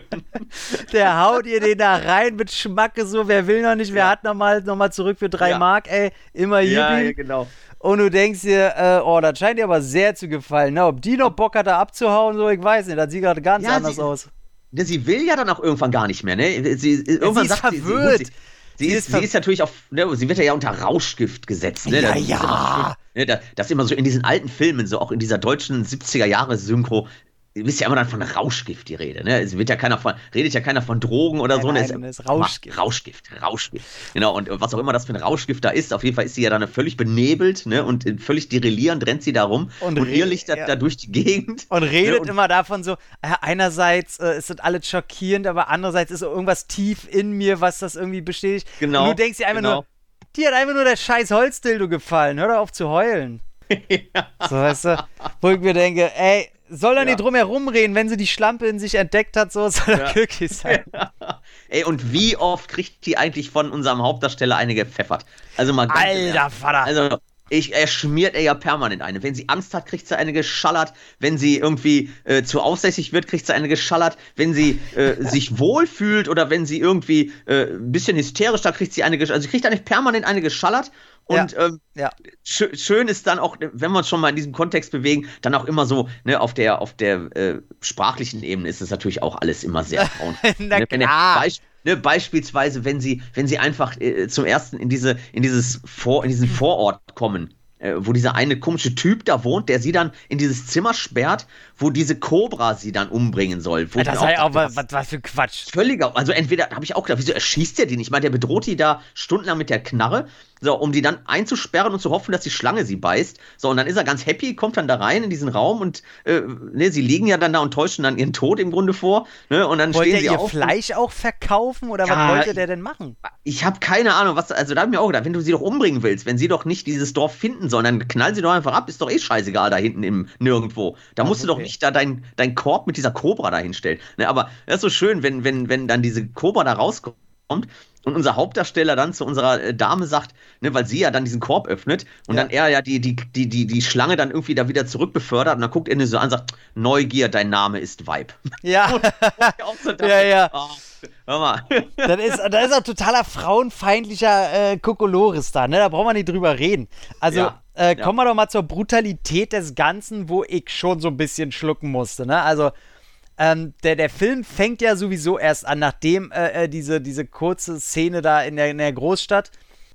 Der haut ihr den da rein mit Schmacke so, wer will noch nicht, wer ja. hat nochmal noch mal zurück für drei ja. Mark, ey, immer hier. Ja, ja, genau. Und du denkst dir, äh, oh, das scheint dir aber sehr zu gefallen. Na, ob die noch Bock hat, da abzuhauen, so, ich weiß nicht, das sieht gerade ganz ja, anders sie, aus. Sie will ja dann auch irgendwann gar nicht mehr, ne? Sie, irgendwann sie ist sagt verwirrt. Sie, sie, Sie, sie, ist, sie ist natürlich auf, ne, sie wird ja unter Rauschgift gesetzt, ne? Ja, das ja. Schön, ne, das ist immer so in diesen alten Filmen, so auch in dieser deutschen siebziger-Jahre-Synchro, ist ja immer dann von Rauschgift die Rede, ne? Es wird ja keiner von, redet ja keiner von Drogen oder nein, so, nein, ne? Es ist Rauschgift. Rauschgift, Rauschgift. Genau, und was auch immer das für ein Rauschgift da ist, auf jeden Fall ist sie ja dann völlig benebelt, ne? Und völlig derelierend rennt sie da rum und, und ihr Licht ja. da durch die Gegend. Und redet ne? und immer davon so, äh, einerseits äh, ist das alles schockierend, aber andererseits ist so irgendwas tief in mir, was das irgendwie bestätigt. Genau. Und du denkst dir einfach genau. nur, dir hat einfach nur der scheiß Holzdildo gefallen, hör doch auf zu heulen. ja. So, weißt du, wo ich mir denke, ey, soll er ja. nicht drum herum reden, wenn sie die Schlampe in sich entdeckt hat, so soll er ja. glücklich sein. Ja. Ey, und wie oft kriegt die eigentlich von unserem Hauptdarsteller eine gepfeffert? Also mal ganz Alter Vater. Also, ich, er schmiert er ja permanent eine. Wenn sie Angst hat, kriegt sie eine geschallert. Wenn sie irgendwie äh, zu aufsässig wird, kriegt sie eine geschallert. Wenn sie äh, sich wohlfühlt oder wenn sie irgendwie äh, ein bisschen hysterisch, da kriegt sie eine geschallert. Also sie kriegt eigentlich permanent eine geschallert. Und ja, ähm, ja. Sch- schön ist dann auch, wenn wir uns schon mal in diesem Kontext bewegen, dann auch immer so, ne, auf der, auf der äh, sprachlichen Ebene ist es natürlich auch alles immer sehr frauenfeindlich. Na ne, klar. Beisp- ne, beispielsweise, wenn sie, wenn sie einfach äh, zum ersten in diese, in dieses Vor, in diesen Vorort kommen, äh, wo dieser eine komische Typ da wohnt, der sie dann in dieses Zimmer sperrt, wo diese Cobra sie dann umbringen soll. Wo ja, das sei auch was, was, was für Quatsch. Völliger, also entweder, habe ich auch gedacht, wieso erschießt der die nicht? Ich meine, der bedroht die da stundenlang mit der Knarre, so, um die dann einzusperren und zu hoffen, dass die Schlange sie beißt. So, und dann ist er ganz happy, kommt dann da rein in diesen Raum und äh, ne, sie liegen ja dann da und täuschen dann ihren Tod im Grunde vor. Ne, und dann wollte stehen sie ihr auf. Fleisch auch verkaufen oder ja, was wollte der denn machen? Ich habe keine Ahnung, was, also da habe ich mir auch gedacht, wenn du sie doch umbringen willst, wenn sie doch nicht dieses Dorf finden sollen, dann knall sie doch einfach ab, ist doch eh scheißegal da hinten im Nirgendwo. Da Ach, musst du okay. doch nicht da dein, dein Korb mit dieser Cobra da hinstellen. Ne, aber das ist so schön, wenn, wenn, wenn dann diese Cobra da rauskommt und unser Hauptdarsteller dann zu unserer äh, Dame sagt, ne, weil sie ja dann diesen Korb öffnet und ja. dann er ja die, die, die, die, die Schlange dann irgendwie da wieder zurückbefördert und dann guckt er ihn so an und sagt, Neugier, dein Name ist Weib. Ja. und, und ich auch so dachte, ja, ja. Oh, hör mal. Das ist, das ist auch totaler frauenfeindlicher äh, Kokolores da, ne? Da brauchen wir nicht drüber reden. Also, Ja. äh, Ja. kommen wir doch mal zur Brutalität des Ganzen, wo ich schon so ein bisschen schlucken musste, ne? Also, Ähm, der, der Film fängt ja sowieso erst an, nachdem äh, diese, diese kurze Szene da in der, in der Großstadt,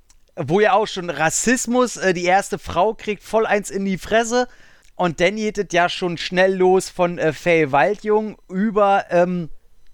wo ja auch schon Rassismus, äh, die erste Frau kriegt voll eins in die Fresse und dann geht es ja schon schnell los von äh, Vergewaltigung über ähm,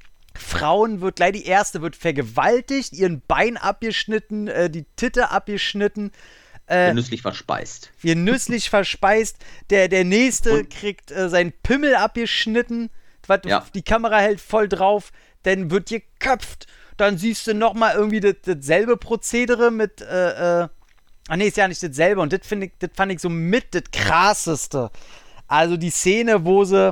Frauen, wird gleich die erste wird vergewaltigt, ihren Bein abgeschnitten, äh, die Titte abgeschnitten. Äh, Genüsslich verspeist. Wir nüsslich verspeist. Der, der nächste Und? kriegt äh, seinen Pimmel abgeschnitten. Was, Ja. Die Kamera hält voll drauf, dann wird geköpft. Dann siehst du nochmal irgendwie das, dasselbe Prozedere mit, äh, äh, ah nee, ist ja nicht dasselbe. Und das, find ich, das fand ich so mit das Krasseste. Also die Szene, wo sie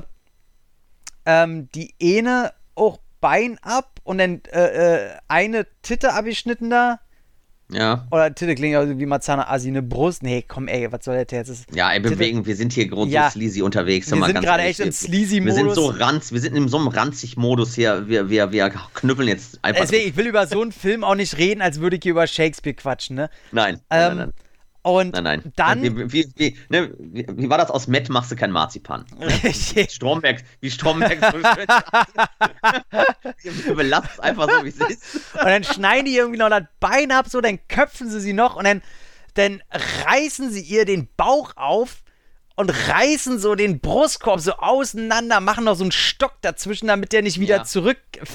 ähm, die eine auch Bein ab und dann äh, äh, eine Titte abgeschnitten da. Ja. Oder Titte klingt also wie Marzana Assi, eine Brust. Nee, komm ey, was soll der jetzt? Das ist Ja, ey, Titte- bewegen, wir sind hier groß Ja. so sleazy unterwegs. Wir mal sind ganz gerade ehrlich. echt im Wir- Sleazy-Modus. Wir sind so ranz, wir sind in so einem Ranzig-Modus hier. Wir, wir, wir knüppeln jetzt einfach. Deswegen, ich will über so einen Film auch nicht reden, als würde ich hier über Shakespeare quatschen, ne? Nein, Ähm, nein, nein, Und nein, nein. dann, Wie, wie, wie, ne, wie, wie war das? Aus Mett machst du kein Marzipan. Richtig. Stromberg, wie Stromberg so schön sagt. Wir belassen es einfach so, wie es ist. und dann schneiden die irgendwie noch das Bein ab, so, dann köpfen sie sie noch und dann, dann reißen sie ihr den Bauch auf und reißen so den Brustkorb so auseinander, machen noch so einen Stock dazwischen, damit der nicht wieder Ja.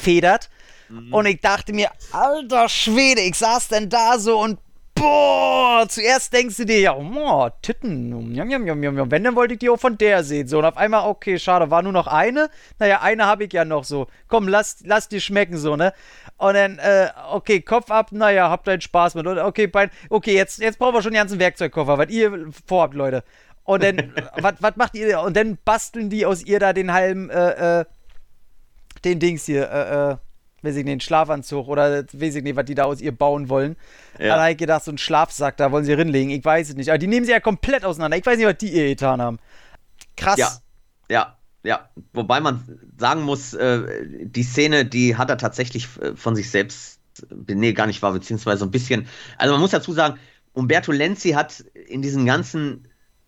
zurückfedert. Und ich dachte mir, alter Schwede, ich saß denn da so und boah, oh, zuerst denkst du dir, ja, oh, Titten, jam, jam, jam, jam. Wenn, dann wollte ich die auch von der sehen. So, und auf einmal, okay, schade, war nur noch eine. Naja, eine habe ich ja noch so. Komm, lass, lass die schmecken so, ne? Und dann, äh, okay, Kopf ab, naja, habt deinen Spaß mit. Und okay, Bein, okay, jetzt, jetzt brauchen wir schon den ganzen Werkzeugkoffer, was ihr vorhabt, Leute. Und dann, was macht ihr? Und dann basteln die aus ihr da den halben, äh, äh, den Dings hier, äh, äh, weiß ich nicht, den Schlafanzug oder weiß ich nicht, was die da aus ihr bauen wollen. Ja. Da habe ich gedacht, so ein Schlafsack, da wollen sie rinlegen, ich weiß es nicht. Aber die nehmen sie ja komplett auseinander. Ich weiß nicht, was die ihr getan haben. Krass. Ja, ja, ja. Wobei man sagen muss, äh, die Szene, die hat er tatsächlich von sich selbst, nee, gar nicht wahr, beziehungsweise so ein bisschen, also man muss dazu sagen, Umberto Lenzi hat in diesen ganzen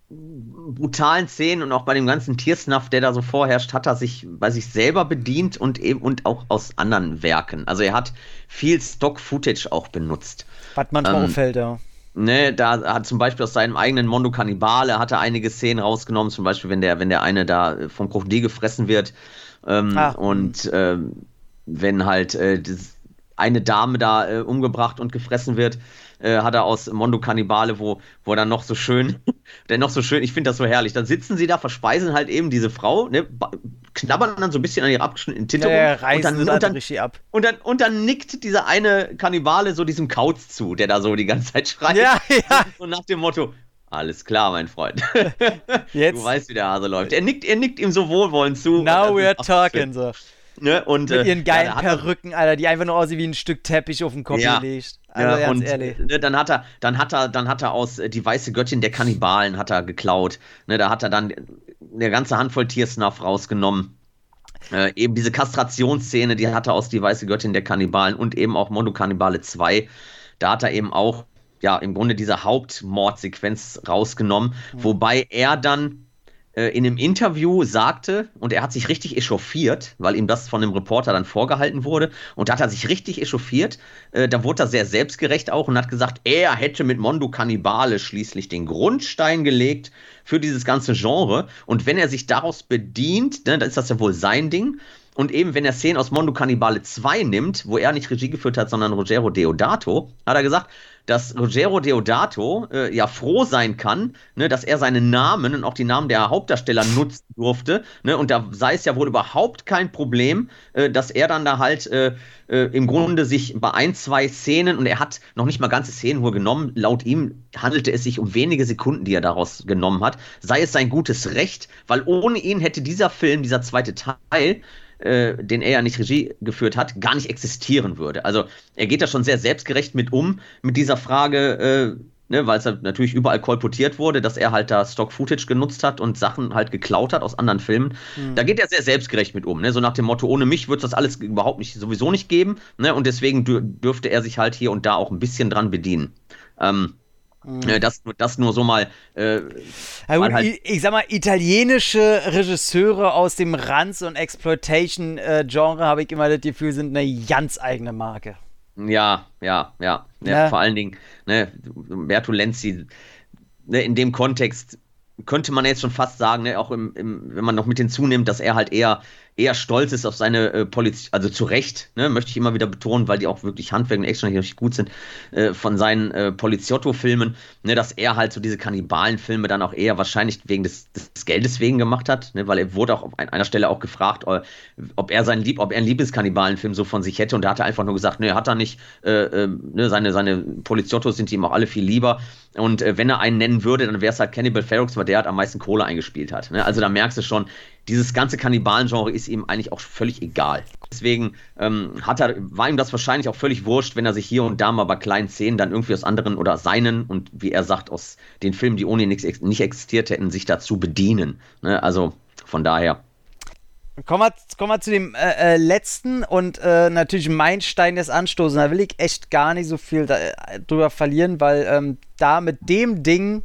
brutalen Szenen und auch bei dem ganzen Tiersnuff, der da so vorherrscht, hat er sich bei sich selber bedient und eben und auch aus anderen Werken. Also er hat viel Stock-Footage auch benutzt. Was manchmal ähm, auffällt, ja. Ne, da hat zum Beispiel aus seinem eigenen Mondo Cannibale hat er einige Szenen rausgenommen, zum Beispiel, wenn der, wenn der eine da vom Krokodil gefressen wird ähm, ah, und ähm, wenn halt äh, das, eine Dame da äh, umgebracht und gefressen wird, äh, hat er aus Mondo Cannibale, wo, wo er dann noch so schön, der noch so schön, ich finde das so herrlich, dann sitzen sie da, verspeisen halt eben diese Frau, ne, knabbern dann so ein bisschen an ihrer abgeschnittenen Tinte rum. Ja, reißen und dann, und und dann, richtig ab. Und dann, und dann nickt dieser eine Kannibale so diesem Kauz zu, der da so die ganze Zeit schreit. Ja, ja. Und nach dem Motto, alles klar, mein Freund. Jetzt. Du weißt, wie der Hase läuft. Er nickt, er nickt ihm so wohlwollend zu. Now we're talking, so. Ne? Und, mit ihren geilen ja, Perücken, Alter, die einfach nur aussehen wie ein Stück Teppich auf den Kopf ja, gelegt. Also ja, ganz und, ehrlich. Ne, dann hat er, dann hat er, dann hat er aus äh, die weiße Göttin der Kannibalen hat er geklaut. Ne, da hat er dann eine ganze Handvoll Tiersnuff rausgenommen. Äh, eben diese Kastrationsszene, die hat er aus die weiße Göttin der Kannibalen und eben auch Mondo Cannibale zwei. Da hat er eben auch, ja, im Grunde diese Hauptmordsequenz rausgenommen, mhm. wobei er dann in einem Interview sagte, und er hat sich richtig echauffiert, weil ihm das von einem Reporter dann vorgehalten wurde, und da hat er sich richtig echauffiert, äh, da wurde er sehr selbstgerecht auch und hat gesagt, er hätte mit Mondo Cannibale schließlich den Grundstein gelegt für dieses ganze Genre, und wenn er sich daraus bedient, ne, dann ist das ja wohl sein Ding, und eben wenn er Szenen aus Mondo Cannibale zwei nimmt, wo er nicht Regie geführt hat, sondern Ruggero Deodato, hat er gesagt, dass Ruggero Deodato äh, ja froh sein kann, ne, dass er seinen Namen und auch die Namen der Hauptdarsteller nutzen durfte. Ne, und da sei es ja wohl überhaupt kein Problem, äh, dass er dann da halt äh, äh, im Grunde sich bei ein, zwei Szenen, und er hat noch nicht mal ganze Szenen nur genommen, laut ihm handelte es sich um wenige Sekunden, die er daraus genommen hat, sei es sein gutes Recht, weil ohne ihn hätte dieser Film, dieser zweite Teil, den er ja nicht Regie geführt hat, gar nicht existieren würde. Also er geht da schon sehr selbstgerecht mit um, mit dieser Frage, äh, ne, weil es halt natürlich überall kolportiert wurde, dass er halt da Stock-Footage genutzt hat und Sachen halt geklaut hat aus anderen Filmen. Mhm. Da geht er sehr selbstgerecht mit um, ne? So nach dem Motto, ohne mich wird es das alles überhaupt nicht, sowieso nicht geben, ne? Und deswegen dür- dürfte er sich halt hier und da auch ein bisschen dran bedienen. Ähm, Mhm. Das, das nur so mal. Äh, ja, gut, halt ich, ich sag mal, italienische Regisseure aus dem Ranz- und Exploitation-Genre, habe ich immer das Gefühl, sind eine ganz eigene Marke. Ja, ja, ja. ja, ja. Vor allen Dingen, ne, Umberto Lenzi, ne, in dem Kontext könnte man jetzt schon fast sagen, ne, auch im, im, wenn man noch mit hinzunimmt, dass er halt eher. eher stolz ist auf seine äh, Poliz, also zu Recht, ne, möchte ich immer wieder betonen, weil die auch wirklich Handwerk und Action richtig gut sind, äh, von seinen äh, Poliziotto-Filmen, ne, dass er halt so diese Kannibalen-Filme dann auch eher wahrscheinlich wegen des, des Geldes wegen gemacht hat, ne, weil er wurde auch auf einer Stelle auch gefragt, ob er sein Lieb, ob er einen Lieblingskannibalen-Film so von sich hätte, und da hat er einfach nur gesagt, ne, hat er nicht, äh, äh, ne, seine, seine Poliziottos sind ihm auch alle viel lieber, und äh, wenn er einen nennen würde, dann wäre es halt Cannibal Ferox, weil der halt am meisten Kohle eingespielt hat, ne, also da merkst du schon, dieses ganze Kannibalen-Genre ist ihm eigentlich auch völlig egal. Deswegen ähm, hat er, war ihm das wahrscheinlich auch völlig wurscht, wenn er sich hier und da mal bei kleinen Szenen dann irgendwie aus anderen oder seinen und wie er sagt, aus den Filmen, die ohne ihn nicht, nicht existiert hätten, sich dazu bedienen. Ne? Also von daher. Kommen wir, kommen wir zu dem äh, äh, letzten und äh, natürlich Meilenstein des Anstoßes. Da will ich echt gar nicht so viel da, äh, drüber verlieren, weil ähm, da mit dem Ding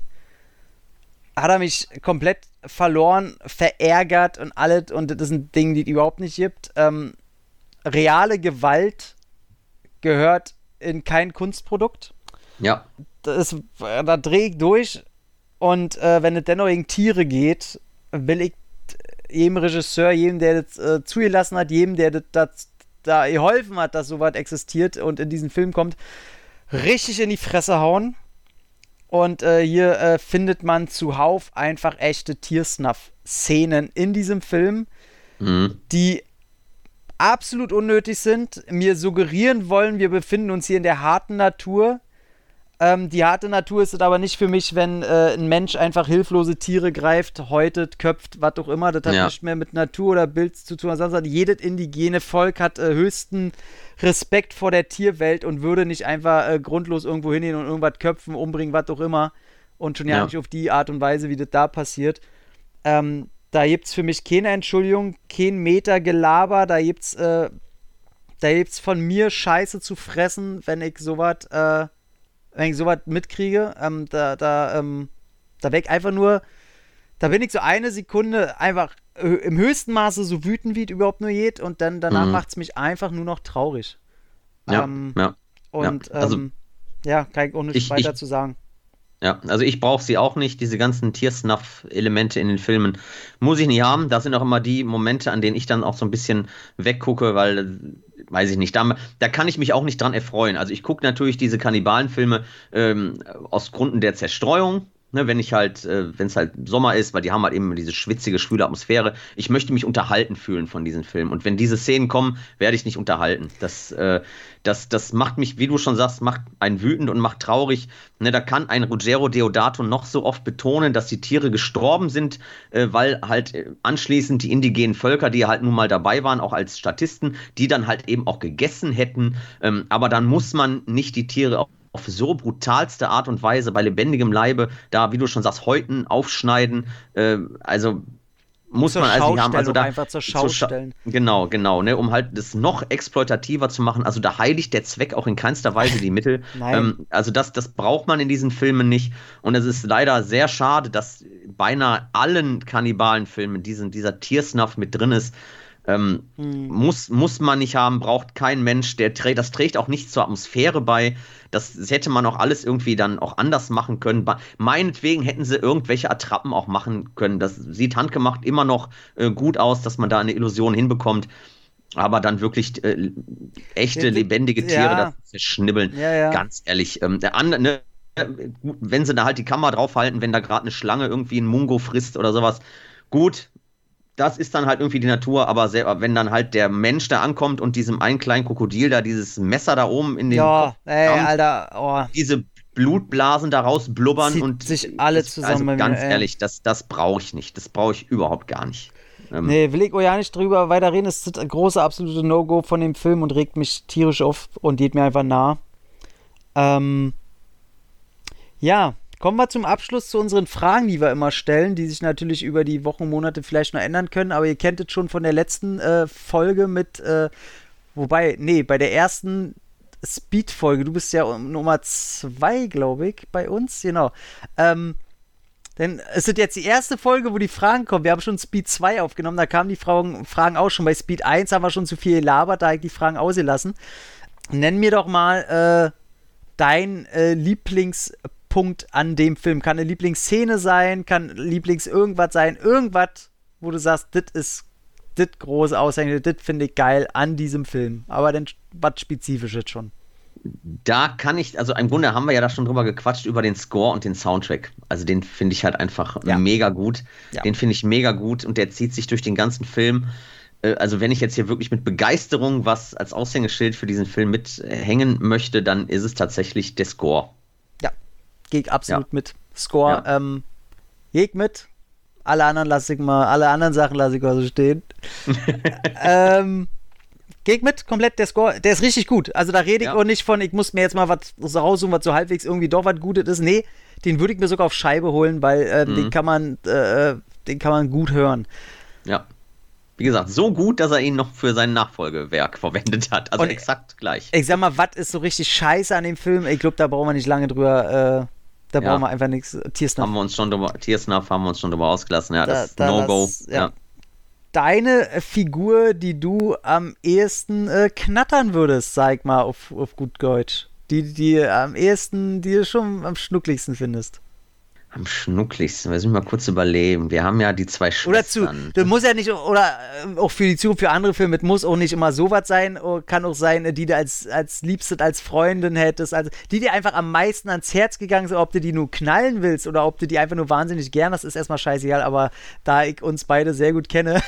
hat er mich komplett verloren, verärgert und alles, und das ist ein Ding, die es überhaupt nicht gibt. Ähm, reale Gewalt gehört in kein Kunstprodukt. Ja. Das ist, da drehe ich durch, und äh, wenn es dennoch gegen Tiere geht, will ich jedem Regisseur, jedem, der das äh, zugelassen hat, jedem, der das, das da geholfen hat, dass sowas existiert und in diesen Film kommt, richtig in die Fresse hauen. Und äh, hier äh, findet man zuhauf einfach echte Tiersnuff-Szenen in diesem Film, mhm. die absolut unnötig sind, mir suggerieren wollen, wir befinden uns hier in der harten Natur. Ähm, die harte Natur ist es aber nicht für mich, wenn äh, ein Mensch einfach hilflose Tiere greift, häutet, köpft, was auch immer. Das hat ja. nicht mehr mit Natur oder Bild zu tun. Sonst jedes indigene Volk hat äh, höchsten Respekt vor der Tierwelt und würde nicht einfach äh, grundlos irgendwo hingehen und irgendwas köpfen, umbringen, was auch immer. Und schon ja, ja nicht auf die Art und Weise, wie das da passiert. Ähm, da gibt es für mich keine Entschuldigung, kein Meter Gelaber. Da gibt es äh, da gibt's von mir Scheiße zu fressen, wenn ich sowas äh, wenn ich sowas mitkriege. Ähm, da, da, ähm, da weg einfach nur, da bin ich so eine Sekunde einfach äh, im höchsten Maße so wütend, wie es überhaupt nur geht, und dann danach mhm. macht es mich einfach nur noch traurig. Ja, ähm, ja. Und ja, also, ähm, ja, kann ich auch nichts ich, weiter ich, zu sagen. Ja, also ich brauche sie auch nicht, diese ganzen Tiersnuff-Elemente in den Filmen muss ich nicht haben. Das sind auch immer die Momente, an denen ich dann auch so ein bisschen weggucke, weil, weiß ich nicht, da, da kann ich mich auch nicht dran erfreuen. Also ich gucke natürlich diese Kannibalenfilme ähm, aus Gründen der Zerstreuung. Ne, wenn ich halt, äh, wenn es halt Sommer ist, weil die haben halt eben diese schwitzige, schwüle Atmosphäre. Ich möchte mich unterhalten fühlen von diesen Filmen. Und wenn diese Szenen kommen, werde ich nicht unterhalten. Das, äh, das, das macht mich, wie du schon sagst, macht einen wütend und macht traurig. Ne, da kann ein Ruggero Deodato noch so oft betonen, dass die Tiere gestorben sind, äh, weil halt äh, anschließend die indigenen Völker, die halt nun mal dabei waren, auch als Statisten, die dann halt eben auch gegessen hätten. Ähm, aber dann muss man nicht die Tiere auch auf so brutalste Art und Weise bei lebendigem Leibe, da, wie du schon sagst, häuten, aufschneiden, äh, also muss man also nicht haben. Also da einfach zur Schau stellen. Genau, genau, ne, um halt das noch exploitativer zu machen. Also da heiligt der Zweck auch in keinster Weise die Mittel. ähm, also das, das braucht man in diesen Filmen nicht. Und es ist leider sehr schade, dass beinahe allen Kannibalenfilmen diesen, dieser Tiersnuff mit drin ist. Ähm, hm. muss, muss man nicht haben, braucht kein Mensch, der trä- das trägt auch nicht zur Atmosphäre bei. Das, das hätte man auch alles irgendwie dann auch anders machen können. Ba- meinetwegen hätten sie irgendwelche Attrappen auch machen können. Das sieht handgemacht immer noch äh, gut aus, dass man da eine Illusion hinbekommt. Aber dann wirklich äh, echte, lebendige Tiere, ja. das zerschnibbeln. Ja, ja. Ganz ehrlich. Ähm, der andere, ne, wenn sie da halt die Kamera draufhalten, wenn da gerade eine Schlange irgendwie einen Mungo frisst oder sowas, gut. Das ist dann halt irgendwie die Natur, aber sehr, wenn dann halt der Mensch da ankommt und diesem einen kleinen Krokodil da dieses Messer da oben in den ja, Kopf ey, rammt, Alter, oh. diese Blutblasen da raus blubbern Zieht und sich alle zusammen. Also bei mir, ganz ey. ehrlich, das, das brauche ich nicht. Das brauche ich überhaupt gar nicht. Ähm, nee, will ich auch ja nicht drüber weiter reden. Es ist ein großer, absolute No-Go von dem Film und regt mich tierisch auf und geht mir einfach nah. Ähm, ja, kommen wir zum Abschluss zu unseren Fragen, die wir immer stellen, die sich natürlich über die Wochen und Monate vielleicht noch ändern können, aber ihr kennt es schon von der letzten äh, Folge mit, äh, wobei, nee, bei der ersten Speed-Folge, du bist ja Nummer zwei, glaube ich, bei uns, genau. Ähm, denn es ist jetzt die erste Folge, wo die Fragen kommen. Wir haben schon Speed zwei aufgenommen, da kamen die Fragen, Fragen auch schon. Bei Speed eins haben wir schon zu viel gelabert, da habe ich die Fragen ausgelassen. Nenn mir doch mal äh, dein äh, Lieblings- Punkt an dem Film. Kann eine Lieblingsszene sein, kann Lieblings-irgendwas sein, irgendwas, wo du sagst, das ist das große Aushängen, das finde ich geil an diesem Film. Aber dann was Spezifisches schon. Da kann ich, also im Grunde haben wir ja da schon drüber gequatscht, über den Score und den Soundtrack. Also den finde ich halt einfach ja. mega gut. Ja. Den finde ich mega gut und der zieht sich durch den ganzen Film. Also wenn ich jetzt hier wirklich mit Begeisterung was als Aushängeschild für diesen Film mithängen möchte, dann ist es tatsächlich der Score. Gehe ich absolut ja. mit. Score, ja. ähm, gehe ich mit. Alle anderen lasse ich mal, alle anderen Sachen lasse ich mal so stehen. ähm, gehe ich mit, komplett, der Score, der ist richtig gut. Also da rede ich ja. auch nicht von, ich muss mir jetzt mal was raussuchen, was so halbwegs irgendwie doch was Gutes ist. Nee, den würde ich mir sogar auf Scheibe holen, weil ähm, mhm. den kann man, äh, den kann man gut hören. Ja. Wie gesagt, so gut, dass er ihn noch für sein Nachfolgewerk verwendet hat. Also und exakt gleich. Ich sag mal, was ist so richtig scheiße an dem Film? Ich glaube, da brauchen wir nicht lange drüber, äh, da ja. brauchen wir einfach nichts. Tiersnuff. Haben wir uns schon drüber, Tiersnuff haben wir uns schon drüber ausgelassen. Ja, da, das ist No-Go. Ja. Ja. Deine Figur, die du am ehesten äh, knattern würdest, sag mal auf, auf gut Deutsch. Die, die am ehesten, die du schon am schnuckligsten findest. Am schnuckligsten, wir müssen mal kurz überleben. Wir haben ja die zwei Schwestern. Oder zu, das muss ja nicht, oder äh, auch für die Zukunft, für andere Filme, muss auch nicht immer sowas sein, kann auch sein, die du als, als Liebste, als Freundin hättest, also die dir einfach am meisten ans Herz gegangen sind, ob du die nur knallen willst oder ob du die einfach nur wahnsinnig gern hast, ist erstmal scheißegal, aber da ich uns beide sehr gut kenne,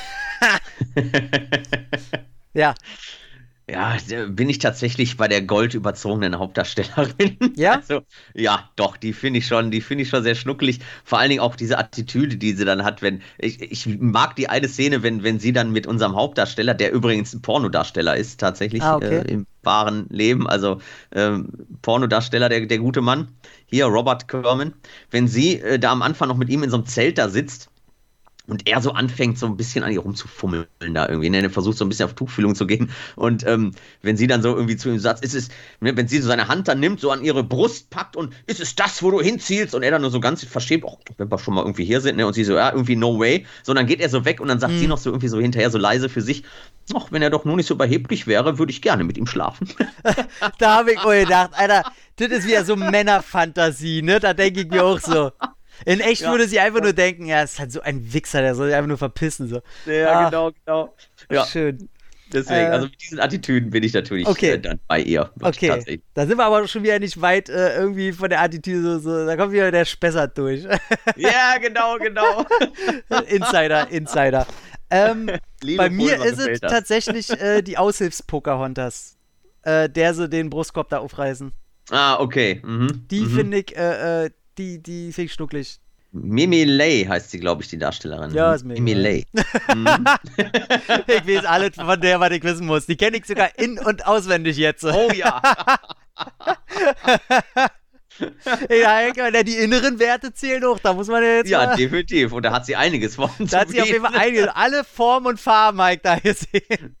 ja. Ja, bin ich tatsächlich bei der goldüberzogenen Hauptdarstellerin. Ja? Also, ja, doch, die finde ich schon, die finde ich schon sehr schnuckelig. Vor allen Dingen auch diese Attitüde, die sie dann hat, wenn, ich, ich mag die eine Szene, wenn, wenn sie dann mit unserem Hauptdarsteller, der übrigens ein Pornodarsteller ist, tatsächlich, ah, okay. äh, im wahren Leben, also ähm, Pornodarsteller, der, der gute Mann, hier, Robert Kerman, wenn sie äh, da am Anfang noch mit ihm in so einem Zelt da sitzt, und er so anfängt, so ein bisschen an ihr rumzufummeln da irgendwie. Ne? Er versucht so ein bisschen auf Tuchfühlung zu gehen. Und ähm, wenn sie dann so irgendwie zu ihm sagt, ist es, ne, wenn sie so seine Hand dann nimmt, so an ihre Brust packt und ist es das, wo du hinzielst? Und er dann nur so ganz verschämt, oh, wenn wir schon mal irgendwie hier sind, ne? Und sie so, ja, irgendwie no way. So, dann geht er so weg und dann sagt mhm. sie noch so irgendwie so hinterher so leise für sich, ach, wenn er doch nur nicht so überheblich wäre, würde ich gerne mit ihm schlafen. Da habe ich mir gedacht, Alter, das ist wieder so Männerfantasie, ne? Da denke ich mir auch so. In echt ja, würde sie einfach ja. nur denken, ja, ist halt so ein Wichser, der soll sich einfach nur verpissen. So. Ja, Ach, genau, genau. Ja. Schön. Deswegen, äh, also mit diesen Attitüden bin ich natürlich okay. äh, dann bei ihr. Okay, da sind wir aber schon wieder nicht weit äh, irgendwie von der Attitüde, so, so, da kommt wieder der Spessart durch. Ja, genau, genau. Insider, Insider. Ähm, bei mir ist es das. tatsächlich äh, die Aushilfs-Pocahontas, äh, der sie den Brustkorb da aufreißen. Ah, okay. Mhm. Die mhm. finde ich, äh, äh, die, die finde ich schnucklig. Mimi Lay heißt sie, glaube ich, die Darstellerin. Ja, ist Mimi Lay. Mhm. Ich weiß alles von der, was ich wissen muss. Die kenne ich sogar in- und auswendig jetzt. Oh ja. Ja, die inneren Werte zählen hoch, da muss man ja jetzt Ja, mal... definitiv. Und da hat sie einiges von. Da hat sie auf jeden Fall einiges. Alle Formen und Farben habe ich da gesehen.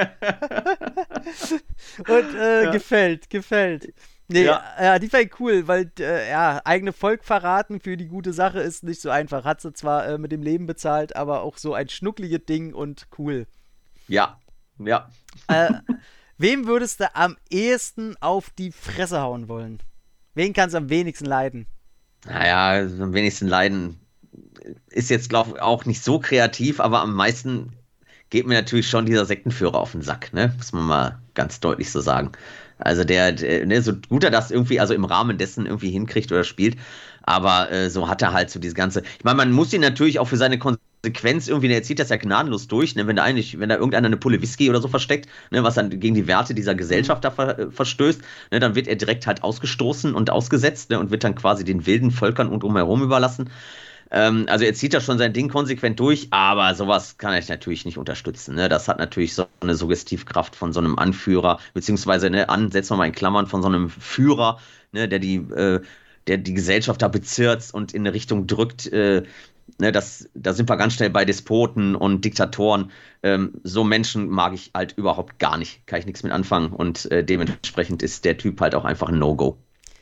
Und äh, ja. gefällt, gefällt. Nee, ja. ja, die fand ich cool, weil, äh, ja, eigene Volk verraten für die gute Sache ist nicht so einfach. Hat sie zwar äh, mit dem Leben bezahlt, aber auch so ein schnuckliges Ding und cool. Ja, ja. Äh, wem würdest du am ehesten auf die Fresse hauen wollen? Wen kannst du am wenigsten leiden? Naja, am wenigsten leiden ist jetzt, glaube ich, auch nicht so kreativ, aber am meisten geht mir natürlich schon dieser Sektenführer auf den Sack, ne? Muss man mal ganz deutlich so sagen. Also der, der ne, so gut er das irgendwie, also im Rahmen dessen irgendwie hinkriegt oder spielt, aber äh, so hat er halt so dieses ganze, ich meine, man muss ihn natürlich auch für seine Konsequenz irgendwie, der zieht das ja gnadenlos durch, ne, wenn da eigentlich, wenn da irgendeiner eine Pulle Whisky oder so versteckt, ne, was dann gegen die Werte dieser Gesellschaft da ver, äh, verstößt, ne, dann wird er direkt halt ausgestoßen und ausgesetzt, ne, und wird dann quasi den wilden Völkern und drumherum überlassen. Also er zieht da schon sein Ding konsequent durch, aber sowas kann ich natürlich nicht unterstützen. Ne? Das hat natürlich so eine Suggestivkraft von so einem Anführer, beziehungsweise, ne, an, setzen wir mal in Klammern, von so einem Führer, ne, der die, äh, der die Gesellschaft da bezirzt und in eine Richtung drückt. Äh, ne, das, da sind wir ganz schnell bei Despoten und Diktatoren. Ähm, so Menschen mag ich halt überhaupt gar nicht. Kann ich nichts mit anfangen. Und äh, dementsprechend ist der Typ halt auch einfach ein No-Go.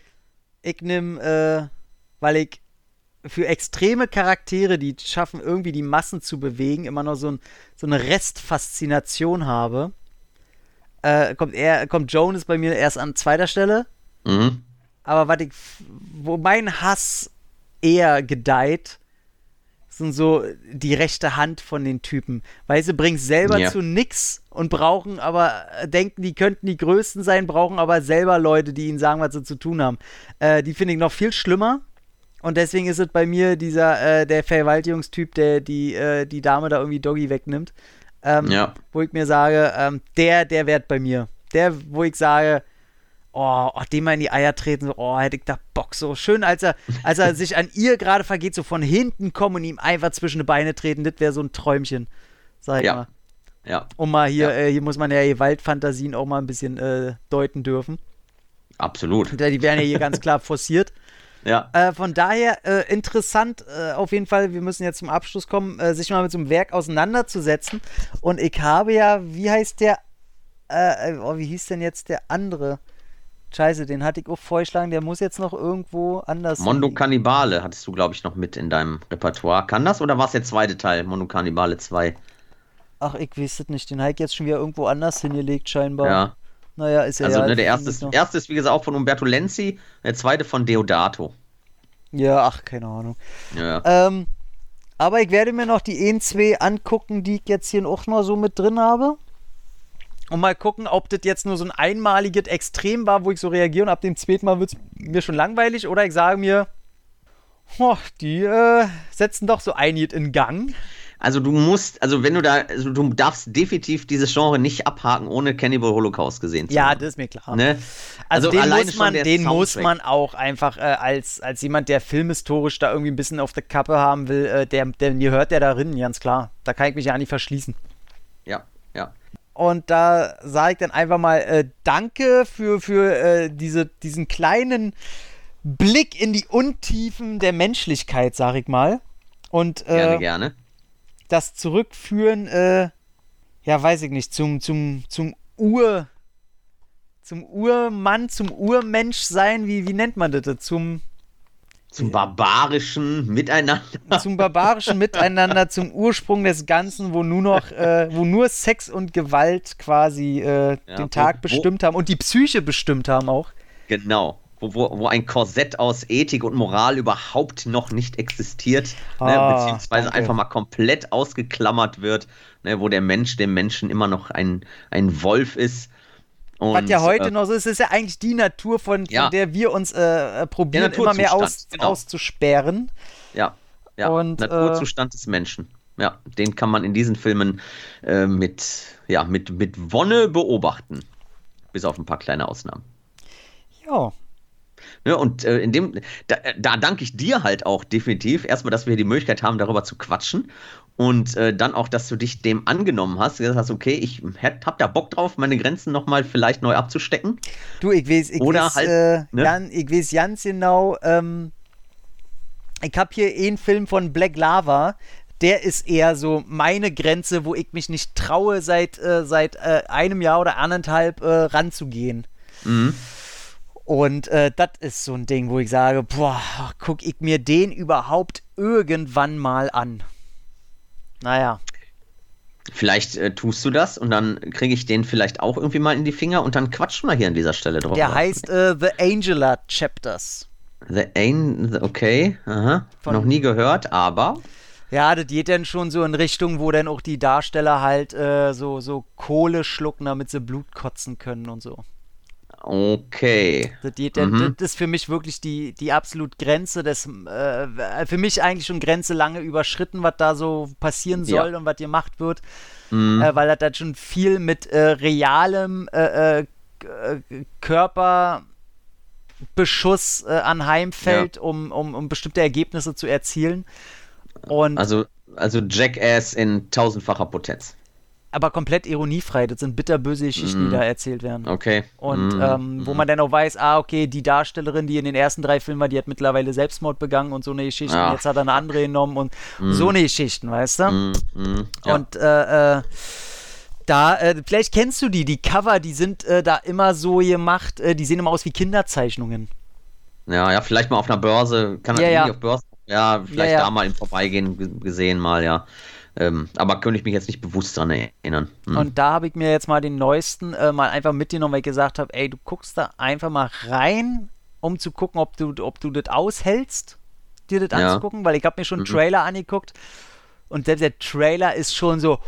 Ich nehme, äh, weil ich für extreme Charaktere, die schaffen, irgendwie die Massen zu bewegen, immer noch so, ein, so eine Restfaszination habe. Äh, kommt, er, kommt Jonas bei mir erst an zweiter Stelle. Mhm. Aber was ich, wo mein Hass eher gedeiht, sind so die rechte Hand von den Typen. Weil sie bringen selber ja. zu nix und brauchen aber, denken, die könnten die Größten sein, brauchen aber selber Leute, die ihnen sagen, was sie zu tun haben. Äh, die finde ich noch viel schlimmer. Und deswegen ist es bei mir dieser, äh, der Vergewaltigungstyp, der die, äh, die Dame da irgendwie Doggy wegnimmt. Ähm, ja. Wo ich mir sage, ähm, der, der wert bei mir. Der, wo ich sage, oh, oh, dem mal in die Eier treten, so, oh, hätte ich da Bock, so schön, als er, als er sich an ihr gerade vergeht, so von hinten kommen und ihm einfach zwischen die Beine treten, das wäre so ein Träumchen, sag ich ja. mal. Ja. Und mal hier, ja. äh, hier muss man ja Gewaltfantasien auch mal ein bisschen äh, deuten dürfen. Absolut. Und, äh, die werden ja hier ganz klar forciert. Ja. Äh, von daher äh, interessant, äh, auf jeden Fall, wir müssen jetzt zum Abschluss kommen, äh, sich mal mit so einem Werk auseinanderzusetzen. Und ich habe ja, wie heißt der, äh, oh, wie hieß denn jetzt der andere? Scheiße, den hatte ich auch vorgeschlagen, der muss jetzt noch irgendwo anders Mondo Cannibale hattest du, glaube ich, noch mit in deinem Repertoire. Kann das oder war es der zweite Teil, Mondo Cannibale zwei? Ach, ich weiß es nicht, den habe ich jetzt schon wieder irgendwo anders hingelegt, scheinbar. Ja. Naja, ist ja Also, ja, ne, der erste ist, erste ist, wie gesagt, auch von Umberto Lenzi, der zweite von Deodato. Ja, ach, keine Ahnung. Ja. Ähm, aber ich werde mir noch die ein, zwei angucken, die ich jetzt hier auch noch so mit drin habe. Und mal gucken, ob das jetzt nur so ein einmaliges Extrem war, wo ich so reagiere und ab dem zweiten Mal wird es mir schon langweilig. Oder ich sage mir, oh, die äh, setzen doch so einiges in Gang. Also du musst, also wenn du da, also du darfst definitiv dieses Genre nicht abhaken, ohne Cannibal Holocaust gesehen zu Ja, haben. das ist mir klar. Ne? Also, Also den, alleine muss schon man, der den muss Soundtrack. man auch einfach äh, als, als jemand, der filmhistorisch da irgendwie ein bisschen auf der Kappe haben will, äh, der, der gehört der darin, ganz klar. Da kann ich mich ja nicht verschließen. Ja, ja. Und da sage ich dann einfach mal äh, Danke für, für äh, diese, diesen kleinen Blick in die Untiefen der Menschlichkeit, sag ich mal. Und äh, Gerne, gerne. das Zurückführen, äh, ja, weiß ich nicht, zum, zum, zum Ur, zum Urmann, zum Urmensch sein, wie, wie nennt man das? Zum, Zum barbarischen Miteinander. zum barbarischen Miteinander, zum Ursprung des Ganzen, wo nur noch, äh, wo nur Sex und Gewalt quasi äh, Ja, den wo- Tag wo- bestimmt haben und die Psyche bestimmt haben auch. Genau. Wo, wo, wo ein Korsett aus Ethik und Moral überhaupt noch nicht existiert, ne, Ah, beziehungsweise danke. einfach mal komplett ausgeklammert wird, ne, wo der Mensch dem Menschen immer noch ein, ein Wolf ist. Und, Was ja heute äh, noch so ist, ist ja eigentlich die Natur, von, von Ja. der wir uns äh, äh, probieren, Der immer mehr aus, Naturzustand, genau. auszusperren. Ja, ja. Und, Naturzustand des Menschen. Ja, den kann man in diesen Filmen äh, mit, ja, mit, mit Wonne beobachten. Bis auf ein paar kleine Ausnahmen. Ja. Ja, und äh, in dem, da, da danke ich dir halt auch definitiv. Erstmal, dass wir die Möglichkeit haben, darüber zu quatschen. Und äh, dann auch, dass du dich dem angenommen hast. Du gesagt hast, okay, ich hab da Bock drauf, meine Grenzen nochmal vielleicht neu abzustecken. Du, ich weiß, ich Oder weiß, halt, äh, ne? Jan, ich weiß ganz genau, ähm, ich habe hier einen Film von Black Lava, der ist eher so meine Grenze, wo ich mich nicht traue, seit, äh, seit äh, einem Jahr oder anderthalb äh, ranzugehen. Mhm. Und äh, das ist so ein Ding, wo ich sage, boah, guck ich mir den überhaupt irgendwann mal an. Naja. Vielleicht äh, tust du das und dann kriege ich den vielleicht auch irgendwie mal in die Finger und dann quatschen wir hier an dieser Stelle drauf. Der heißt äh, The Angela Chapters. The Ain, the, okay, aha. Von- Noch nie gehört, aber Ja, das geht dann schon so in Richtung, wo dann auch die Darsteller halt äh, so, so Kohle schlucken, damit sie Blut kotzen können und so. okay. Das, geht dann, Mhm. das ist für mich wirklich die, die absolut Grenze des, äh, für mich eigentlich schon Grenze lange überschritten, was da so passieren soll Ja. und was gemacht wird, Mhm. äh, weil das dann schon viel mit äh, realem äh, äh, Körperbeschuss äh, anheimfällt, um, um, um bestimmte Ergebnisse zu erzielen. Und Also, also Jackass in tausendfacher Potenz. aber komplett ironiefrei. Das sind bitterböse Geschichten, die da erzählt werden. Okay. Und Mhm. ähm, wo man dann auch weiß, ah, okay, die Darstellerin, die in den ersten drei Filmen war, die hat mittlerweile Selbstmord begangen und so eine Geschichte. Ja. Jetzt hat er eine andere genommen und so eine Geschichten, weißt du? Mhm. Mhm. Ja. Und äh, äh, da, äh, vielleicht kennst du die, die Cover, die sind äh, da immer so gemacht, äh, die sehen immer aus wie Kinderzeichnungen. ja, ja, vielleicht mal auf einer Börse. Kann Ja, das ja. nicht auf Börse? Ja, vielleicht Ja, ja. da mal im Vorbeigehen g- gesehen mal, ja. Ähm, aber könnte ich mich jetzt nicht bewusst dran erinnern. Mhm. Und da habe ich mir jetzt mal den neuesten äh, mal einfach mitgenommen, weil ich gesagt habe, ey, du guckst da einfach mal rein, um zu gucken, ob du, ob du das aushältst, dir das Ja. anzugucken, weil ich habe mir schon einen Mhm. Trailer angeguckt und selbst der Trailer ist schon so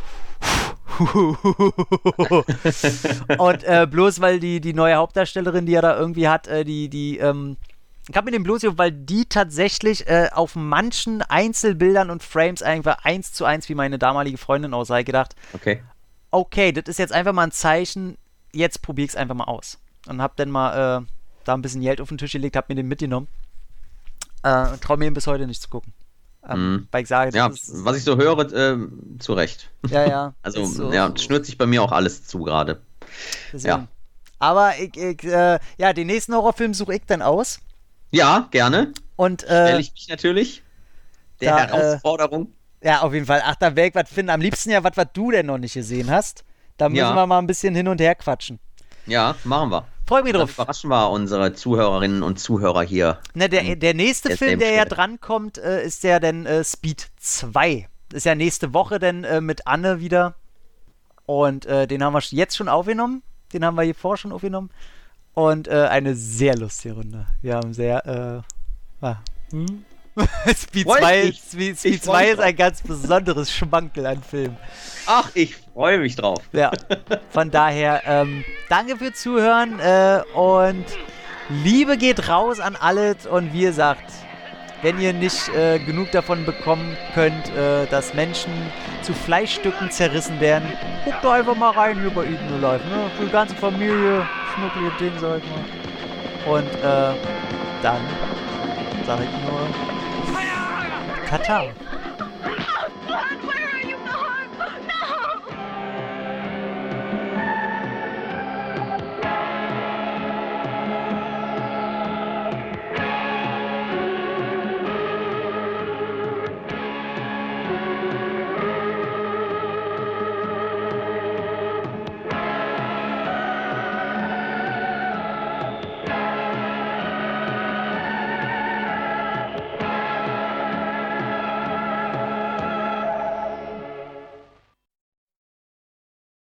und äh, bloß weil die, die neue Hauptdarstellerin, die er da irgendwie hat, äh, die, die, ähm, ich habe mir den bloß, weil die tatsächlich äh, auf manchen Einzelbildern und Frames einfach eins zu eins wie meine damalige Freundin aussah, gedacht, Okay. okay, das ist jetzt einfach mal ein Zeichen, jetzt probier ich's einfach mal aus. Und hab dann mal äh, da ein bisschen Geld auf den Tisch gelegt, hab mir den mitgenommen. Äh, und trau mir ihn bis heute nicht zu gucken. Ähm, Mhm. Weil ich sage, Ja, das ist, was ich so höre, ähm, zu Recht. ja, ja. Also, ist so, ja, so, schnürt sich bei mir auch alles zu gerade. deswegen. ja. Aber ich, ich, äh, ja, den nächsten Horrorfilm suche ich dann aus. Ja, gerne. Und Stelle äh, ich mich natürlich der da, äh, Herausforderung. ja, auf jeden Fall. Ach, da werde ich was finden. Am liebsten ja was, was du denn noch nicht gesehen hast. Da müssen Ja. wir mal ein bisschen hin und her quatschen. Ja, machen wir. Freu mich Dann drauf. überraschen wir unsere Zuhörerinnen und Zuhörer hier. Ne, der, der nächste der Film, der ja Stelle. drankommt, äh, ist ja dann äh, Speed zwei. Ist ja nächste Woche dann äh, mit Anne wieder. Und äh, den haben wir sch- jetzt schon aufgenommen. Den haben wir hier vor schon aufgenommen. Und äh, eine sehr lustige Runde. Wir haben sehr, äh, ah, Hm? Speed zwei, Speed, Speed zwei ist ein ganz besonderes Schmankerl an Film. Ach, ich freue mich drauf. Ja, von daher, ähm, danke für Zuhören äh, und Liebe geht raus an alles und wie gesagt, wenn ihr nicht äh, genug davon bekommen könnt, äh, dass Menschen zu Fleischstücken zerrissen werden, guckt doch einfach mal rein hier bei Eat New Life, ne? Für die ganze Familie, schnucklige Ding, sag ich mal. Und äh, dann sag ich nur Katar.